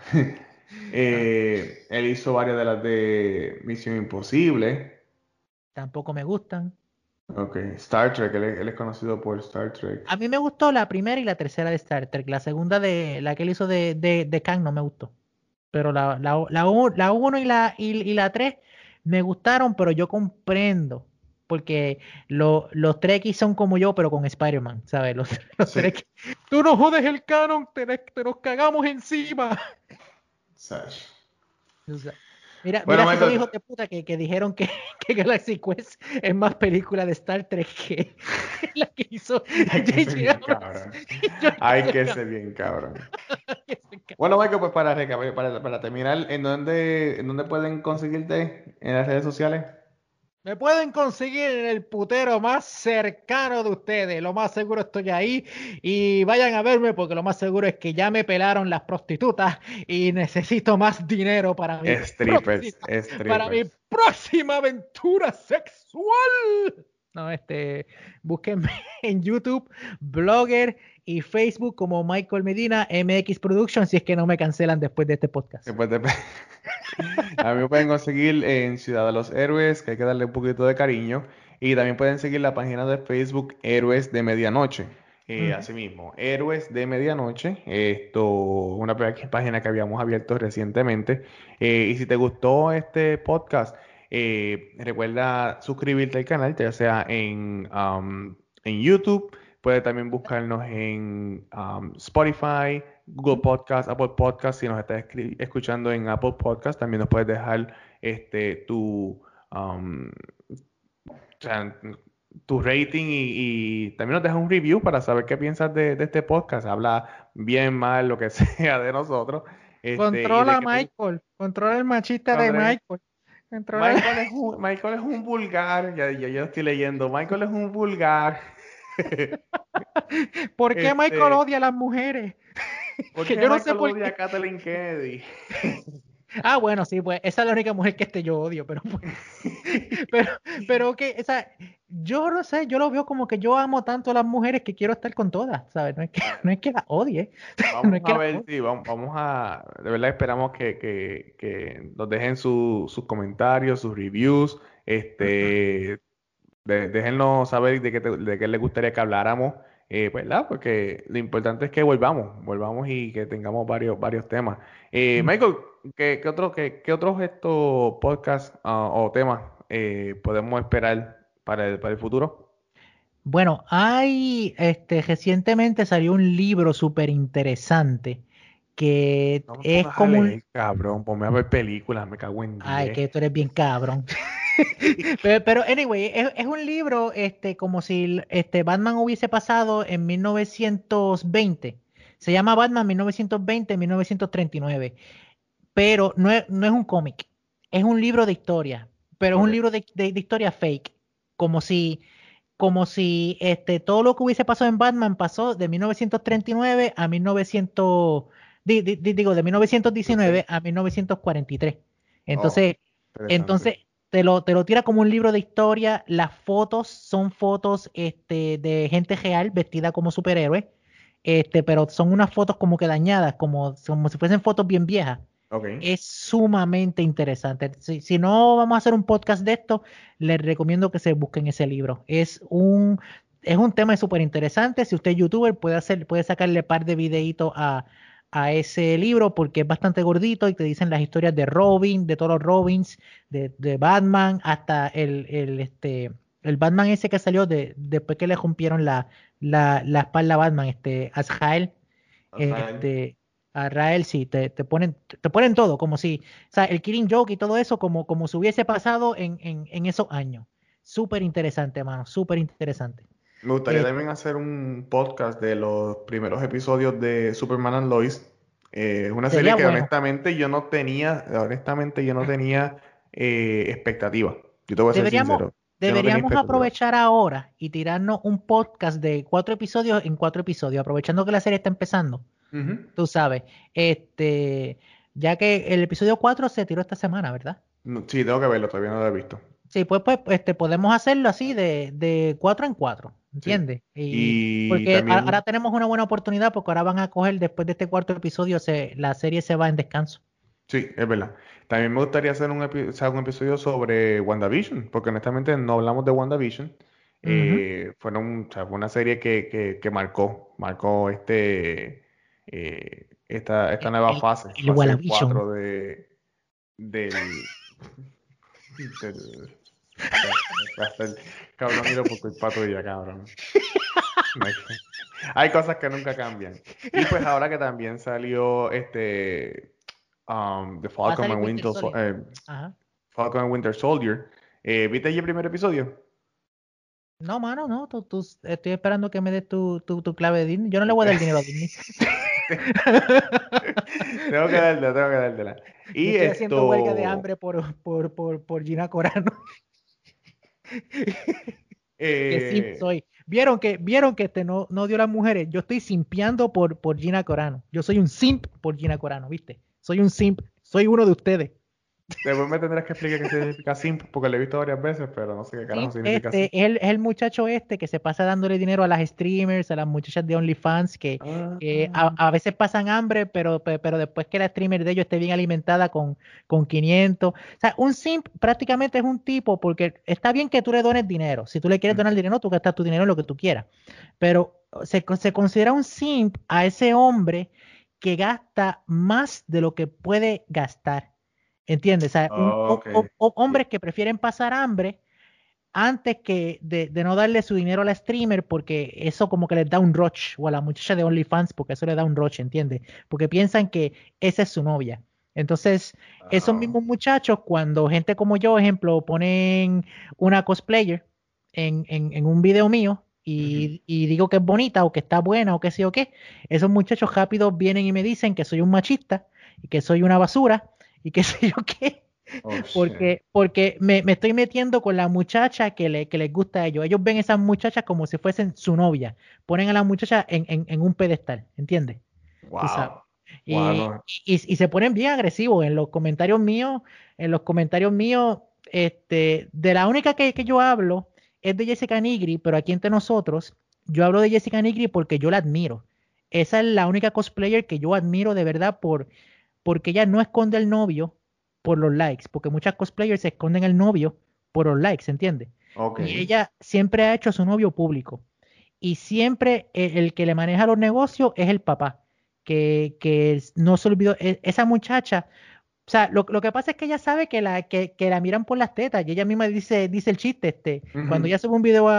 Él hizo varias de las de Misión Imposible. tampoco me gustan. Ok, Star Trek, él es conocido por Star Trek. A mí me gustó la primera y la tercera de Star Trek. La segunda la que él hizo de Kang no me gustó. Pero la 1 y la 3 me gustaron, pero yo comprendo. Porque los Trekkies son como yo, pero con Spider-Man, ¿sabes? Los Sí, Trekkies. Tú no jodes el canon, te nos cagamos encima. Sash. O sea, mira, Bueno, mira si son Michael, hijos de puta que dijeron que Galaxy Quest es más película de Star Trek que la que hizo hay que ser J.J. bien Abrams cabrón. y George Hay que Lucas. ser bien cabrón. Bueno, Michael, pues para terminar, en dónde pueden conseguirte en las redes sociales? Me pueden conseguir en el putero más cercano de ustedes. Lo más seguro estoy ahí. Y vayan a verme porque lo más seguro es que ya me pelaron las prostitutas y necesito más dinero Strippers, para mi strippers. próxima aventura sexual. No, búsquenme en YouTube, Blogger y Facebook como Michael Medina, MX Productions, si es que no me cancelan después de este podcast. Después de... A mí me pueden conseguir en Ciudad de los Héroes, que hay que darle un poquito de cariño. Y también pueden seguir la página de Facebook Héroes de Medianoche. Ujú. Asimismo, Héroes de Medianoche. Esto, una página que habíamos abierto recientemente. Y si te gustó este podcast, recuerda suscribirte al canal, ya sea en YouTube. Puedes también buscarnos en Spotify, Google Podcast, Apple Podcast. Si nos estás escuchando en Apple Podcast, también nos puedes dejar um, o sea, tu rating y también nos dejas un review para saber qué piensas de este podcast. Habla bien, mal, lo que sea de nosotros. Y de Controla a que te Michael, controla el machista de Andrés, Michael. Controla. Michael es un vulgar. Ya yo estoy leyendo. Michael es un vulgar. ¿Por qué Michael Este, odia a las mujeres? ¿Por Que qué yo no sé Michael por odia a qué. Kathleen Kennedy? Ah, bueno, sí, pues esa es la única mujer que yo odio, pero pues, pero, pero que, o sea, yo no sé, yo lo veo como que yo amo tanto a las mujeres que quiero estar con todas, ¿sabes? No es que, Ah, no es que las odie, no vamos es que a las ver, odie. sí, vamos a, de verdad esperamos que nos dejen sus comentarios, sus reviews, déjennos saber de qué les gustaría que habláramos, ¿verdad? Porque lo importante es que volvamos y que tengamos varios temas. Michael, qué otros estos podcasts o temas podemos esperar para el futuro? Bueno, recientemente salió un libro súper interesante que No me es pongas a como un, leer, cabrón, ponme a ver películas, me cago en ay, 10. que tú eres bien cabrón. Pero, anyway, es un libro, como si Batman hubiese pasado en 1920. Se llama Batman 1920-1939. Pero no es un cómic, es un libro de historia, pero es un Ok. libro de historia fake. Como si, todo lo que hubiese pasado en Batman pasó de 1939 a 1900, digo, de 1919 a 1943. Oh, Entonces, interesante. entonces te lo tira como un libro de historia. Las fotos son fotos de gente real vestida como superhéroes, pero son unas fotos como que dañadas, como si fuesen fotos bien viejas. Ok. Es sumamente interesante. Si no vamos a hacer un podcast de esto, les recomiendo que se busquen ese libro. Es un tema súper interesante. Si usted es youtuber, puede sacarle par de videitos a ese libro porque es bastante gordito y te dicen las historias de Robin, de todos los Robins, de Batman, hasta el Batman ese que salió después que le rompieron la espalda a Batman, Azrael. Azrael. Este, a Rael sí, te ponen todo, como si, o sea, el Killing Joke y todo eso, como si hubiese pasado en esos años. Súper interesante, mano, súper interesante. Me gustaría Eh, también hacer un podcast de los primeros episodios de Superman and Lois. Es una serie sería que bueno. honestamente yo no tenía expectativa. Yo te voy a ser Deberíamos, sincero. Yo no tenía deberíamos expectativa. aprovechar ahora y tirarnos un podcast de 4 episodios en 4 episodios, aprovechando que la serie está empezando, Ujú. tú sabes. Ya que el episodio 4 se tiró esta semana, ¿verdad? Sí, tengo que verlo, todavía no lo he visto. Sí, podemos hacerlo así de 4 en 4, Sí. ¿entiendes? Y Y porque ahora también, tenemos una buena oportunidad porque ahora van a coger, después de este cuarto episodio, la serie se va en descanso. sí, es verdad. También me gustaría hacer o sea, un episodio sobre WandaVision, porque honestamente no hablamos de WandaVision. Ujú. O sea, fue una serie que marcó esta nueva El, fase, el fase WandaVision. 4 del, del, hasta el cabrón, miro por culpa tuya, cabrón. No hay, hay cosas que nunca cambian. Y pues ahora que también salió The Va a Falcon salir and Winter Soldier. Ajá. Falcon and Winter Soldier. ¿Viste ya el primer episodio? No, mano, no. Estoy esperando que me des tu clave de Disney. Yo no le voy a dar el dinero a Disney. Tengo que dártela. Yo Y estoy haciendo huelga de hambre por Gina Corano. Que simp eh, soy. ¿Vieron que no dio las mujeres? Yo estoy simpeando por Gina Corano. Yo soy un simp por Gina Corano, ¿viste? Soy un simp. Soy uno de ustedes. después me tendrás que explicar qué significa simp, porque lo he visto varias veces, pero no sé qué carajo Simp significa simp. es el muchacho que se pasa dándole dinero a las streamers, a las muchachas de OnlyFans, que Ah, a veces pasan hambre, pero después que la streamer de ellos esté bien alimentada con 500. O sea, un simp prácticamente es un tipo, porque está bien que tú le dones dinero. Si tú le quieres donar ujú. dinero, tú gastas tu dinero en lo que tú quieras. Pero se considera un simp a ese hombre que gasta más de lo que puede gastar. ¿Entiendes? O sea, Ok. hombres que prefieren pasar hambre antes que de no darle su dinero a la streamer porque eso como que les da un rush, o a la muchacha de OnlyFans porque eso le da un rush, ¿entiendes? Porque piensan que esa es su novia. Entonces, esos Ah, mismos muchachos, cuando gente como yo, ejemplo, ponen una cosplayer en un video mío ujú. y digo que es bonita o que está buena o qué sé yo qué, esos muchachos rápidos vienen y me dicen que soy un machista y que soy una basura y qué sé yo qué. Oh, shit. Porque me estoy metiendo con la muchacha que les gusta a ellos. Ellos ven a esas muchachas como si fuesen su novia. Ponen a la muchacha en un pedestal, ¿entiendes? Tú sabes. Wow. Y, Wow. y se ponen bien agresivos en los comentarios míos, de la única que yo hablo es de Jessica Nigri, pero aquí entre nosotros, yo hablo de Jessica Nigri porque yo la admiro. Esa es la única cosplayer que yo admiro de verdad porque ella no esconde el novio por los likes, porque muchas cosplayers esconden el novio por los likes, ¿entiendes? Ok. Y ella siempre ha hecho a su novio público. Y siempre el que le maneja los negocios es el papá, que no se olvidó, esa muchacha, o sea, lo que pasa es que ella sabe que la miran por las tetas, y ella misma dice el chiste, cuando Ujú. ella sube un video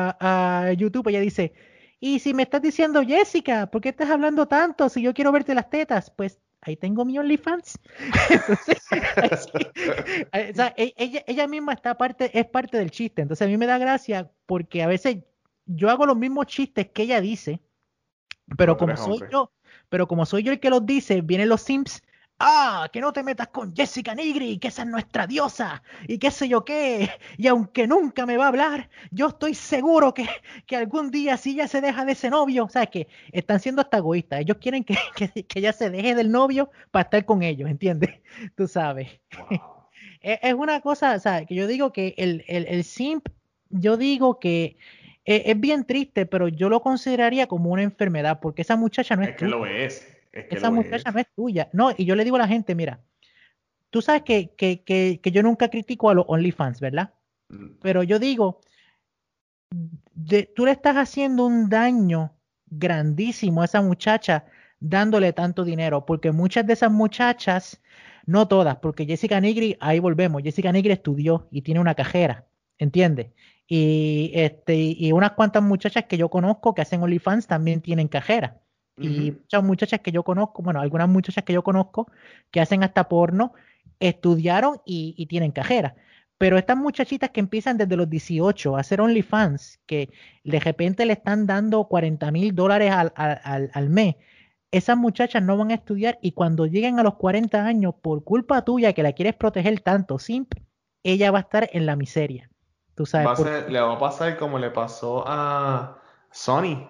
a YouTube, ella dice, y si me estás diciendo, Jessica, ¿por qué estás hablando tanto si yo quiero verte las tetas? Pues ahí tengo mi OnlyFans. Entonces, sí, o sea, ella misma es parte del chiste. Entonces a mí me da gracia porque a veces yo hago los mismos chistes que ella dice, Pero pero tú como eres soy hombre. yo, pero como soy yo el que los dice, vienen los Sims. Que no te metas con Jessica Nigri, que esa es nuestra diosa, y qué sé yo qué, y aunque nunca me va a hablar, yo estoy seguro que algún día si ella se deja de ese novio, ¿sabes qué? Están siendo hasta egoístas, ellos quieren que ella se deje del novio para estar con ellos, ¿entiendes? Tú sabes. Wow. Es una cosa, o sea, que yo digo que el simp, yo digo que es bien triste, pero yo lo consideraría como una enfermedad, porque esa muchacha no es Es que tuya. lo es. Es que Esa lo muchacha es. no es tuya. No, y yo le digo a la gente, mira, tú sabes que yo nunca critico a los OnlyFans, ¿verdad? Mm. Pero yo digo, tú le estás haciendo un daño grandísimo a esa muchacha dándole tanto dinero, porque muchas de esas muchachas, no todas, porque Jessica Nigri, ahí volvemos, Jessica Nigri estudió y tiene una cajera, ¿entiendes? Y unas cuantas muchachas que yo conozco que hacen OnlyFans también tienen cajera. Y Ujú. muchas muchachas que yo conozco, bueno, algunas muchachas que yo conozco que hacen hasta porno, estudiaron y tienen cajera. Pero estas muchachitas que empiezan desde los 18 a hacer OnlyFans, que de repente le están dando $40,000 al mes, esas muchachas no van a estudiar y cuando lleguen a los 40 años, por culpa tuya que la quieres proteger tanto, simp, ella va a estar en la miseria. Tú sabes, Le va a pasar como le pasó a Sony,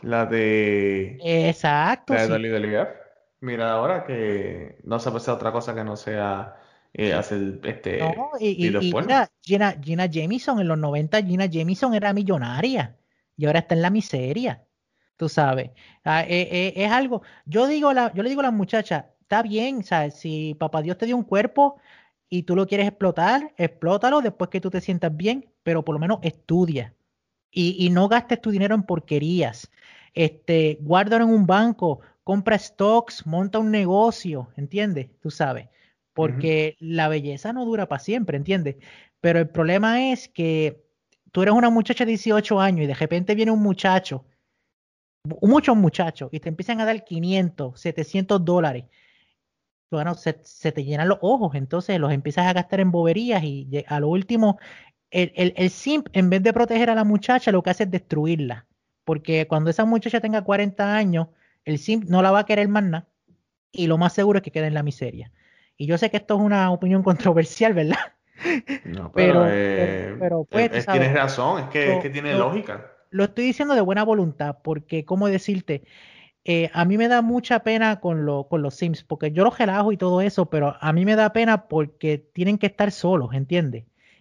exacto, la de sí. WWE. Mira ahora que no se puede hacer otra cosa que no sea hacer No, videos y porno. mira, Gina Jamieson en los 90 Gina Jamieson era millonaria y ahora está en la miseria, tú sabes. Es algo, yo le digo a la muchacha, está bien, ¿sabes? Si papá Dios te dio un cuerpo y tú lo quieres explotar, explótalo después que tú te sientas bien, pero por lo menos estudia y no gastes tu dinero en porquerías. Guárdalo en un banco, compra stocks, monta un negocio, ¿entiendes? Tú sabes, Ujú. porque la belleza no dura para siempre, ¿entiendes? Pero el problema es que tú eres una muchacha de 18 años y de repente viene un muchacho, muchos muchachos, y te empiezan a dar 500, $700. Bueno, se te llenan los ojos, entonces los empiezas a gastar en boberías y a lo último el simp, en vez de proteger a la muchacha, lo que hace es destruirla. Porque cuando esa muchacha tenga 40 años, el simp no la va a querer más nada. Y lo más seguro es que quede en la miseria. Y yo sé que esto es una opinión controversial, ¿verdad? No, pero Pero pues, tú sabes, tienes razón, es que lo, tiene lo, lógica. lo estoy diciendo de buena voluntad, porque, ¿cómo decirte? A mí me da mucha pena con los Sims, porque yo los relajo y todo eso, pero a mí me da pena porque tienen que estar solos, ¿entiendes?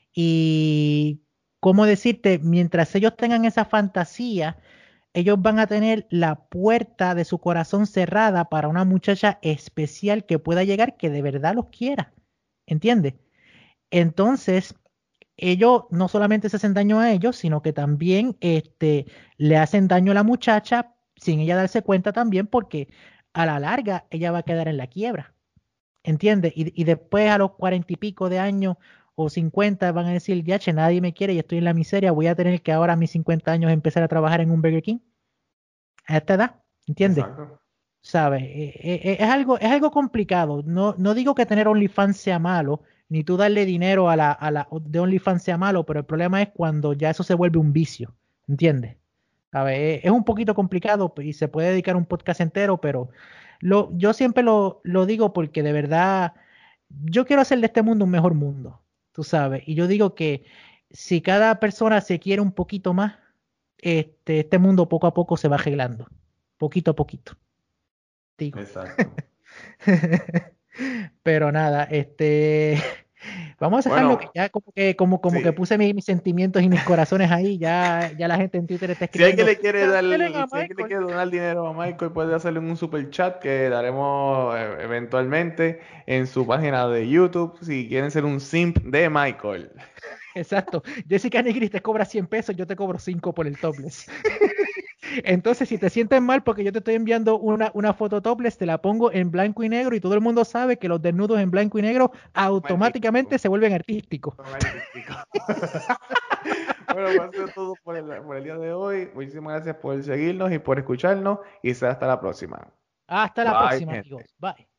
Y, ¿cómo decirte? Mientras ellos tengan esa fantasía, ellos van a tener la puerta de su corazón cerrada para una muchacha especial que pueda llegar que de verdad los quiera, ¿entiendes? Entonces, ellos no solamente se hacen daño a ellos, sino que también le hacen daño a la muchacha sin ella darse cuenta también, porque a la larga ella va a quedar en la quiebra, ¿entiendes? Y después a los 40 y pico de años o 50 van a decir, ya, che, nadie me quiere y estoy en la miseria, voy a tener que ahora a mis 50 años empezar a trabajar en un Burger King a esta edad, ¿entiendes? Exacto. ¿Sabes? Es algo complicado. No digo que tener OnlyFans sea malo, ni tú darle dinero a la de OnlyFans sea malo, pero el problema es cuando ya eso se vuelve un vicio, ¿entiendes? ¿Sabes? Es un poquito complicado y se puede dedicar un podcast entero, pero yo siempre lo digo porque de verdad yo quiero hacer de este mundo un mejor mundo, tú sabes. Y yo digo que si cada persona se quiere un poquito más, este mundo poco a poco se va arreglando, poquito a poquito, digo. Exacto. Pero nada, vamos a dejarlo que Bueno, ya como que sí. puse mis sentimientos y mis corazones ahí, ya la gente en Twitter está Si alguien escribiendo, le quiere dar, cancelen a si alguien le Michael. quiere donar dinero a Michael, puede hacerle un super chat que daremos eventualmente en su página de YouTube si quieren ser un simp de Michael. Exacto. Jessica Nigris te cobra 100 pesos, yo te cobro 5 por el topless. Entonces, si te sientes mal porque yo te estoy enviando una foto topless, te la pongo en blanco y negro y todo el mundo sabe que los desnudos en blanco y negro automáticamente Magnífico. se vuelven artísticos. Magnífico. Bueno, pues eso es todo por el día de hoy. Muchísimas gracias por seguirnos y por escucharnos y será hasta la próxima. Hasta la Bye, próxima, gente. amigos. Bye.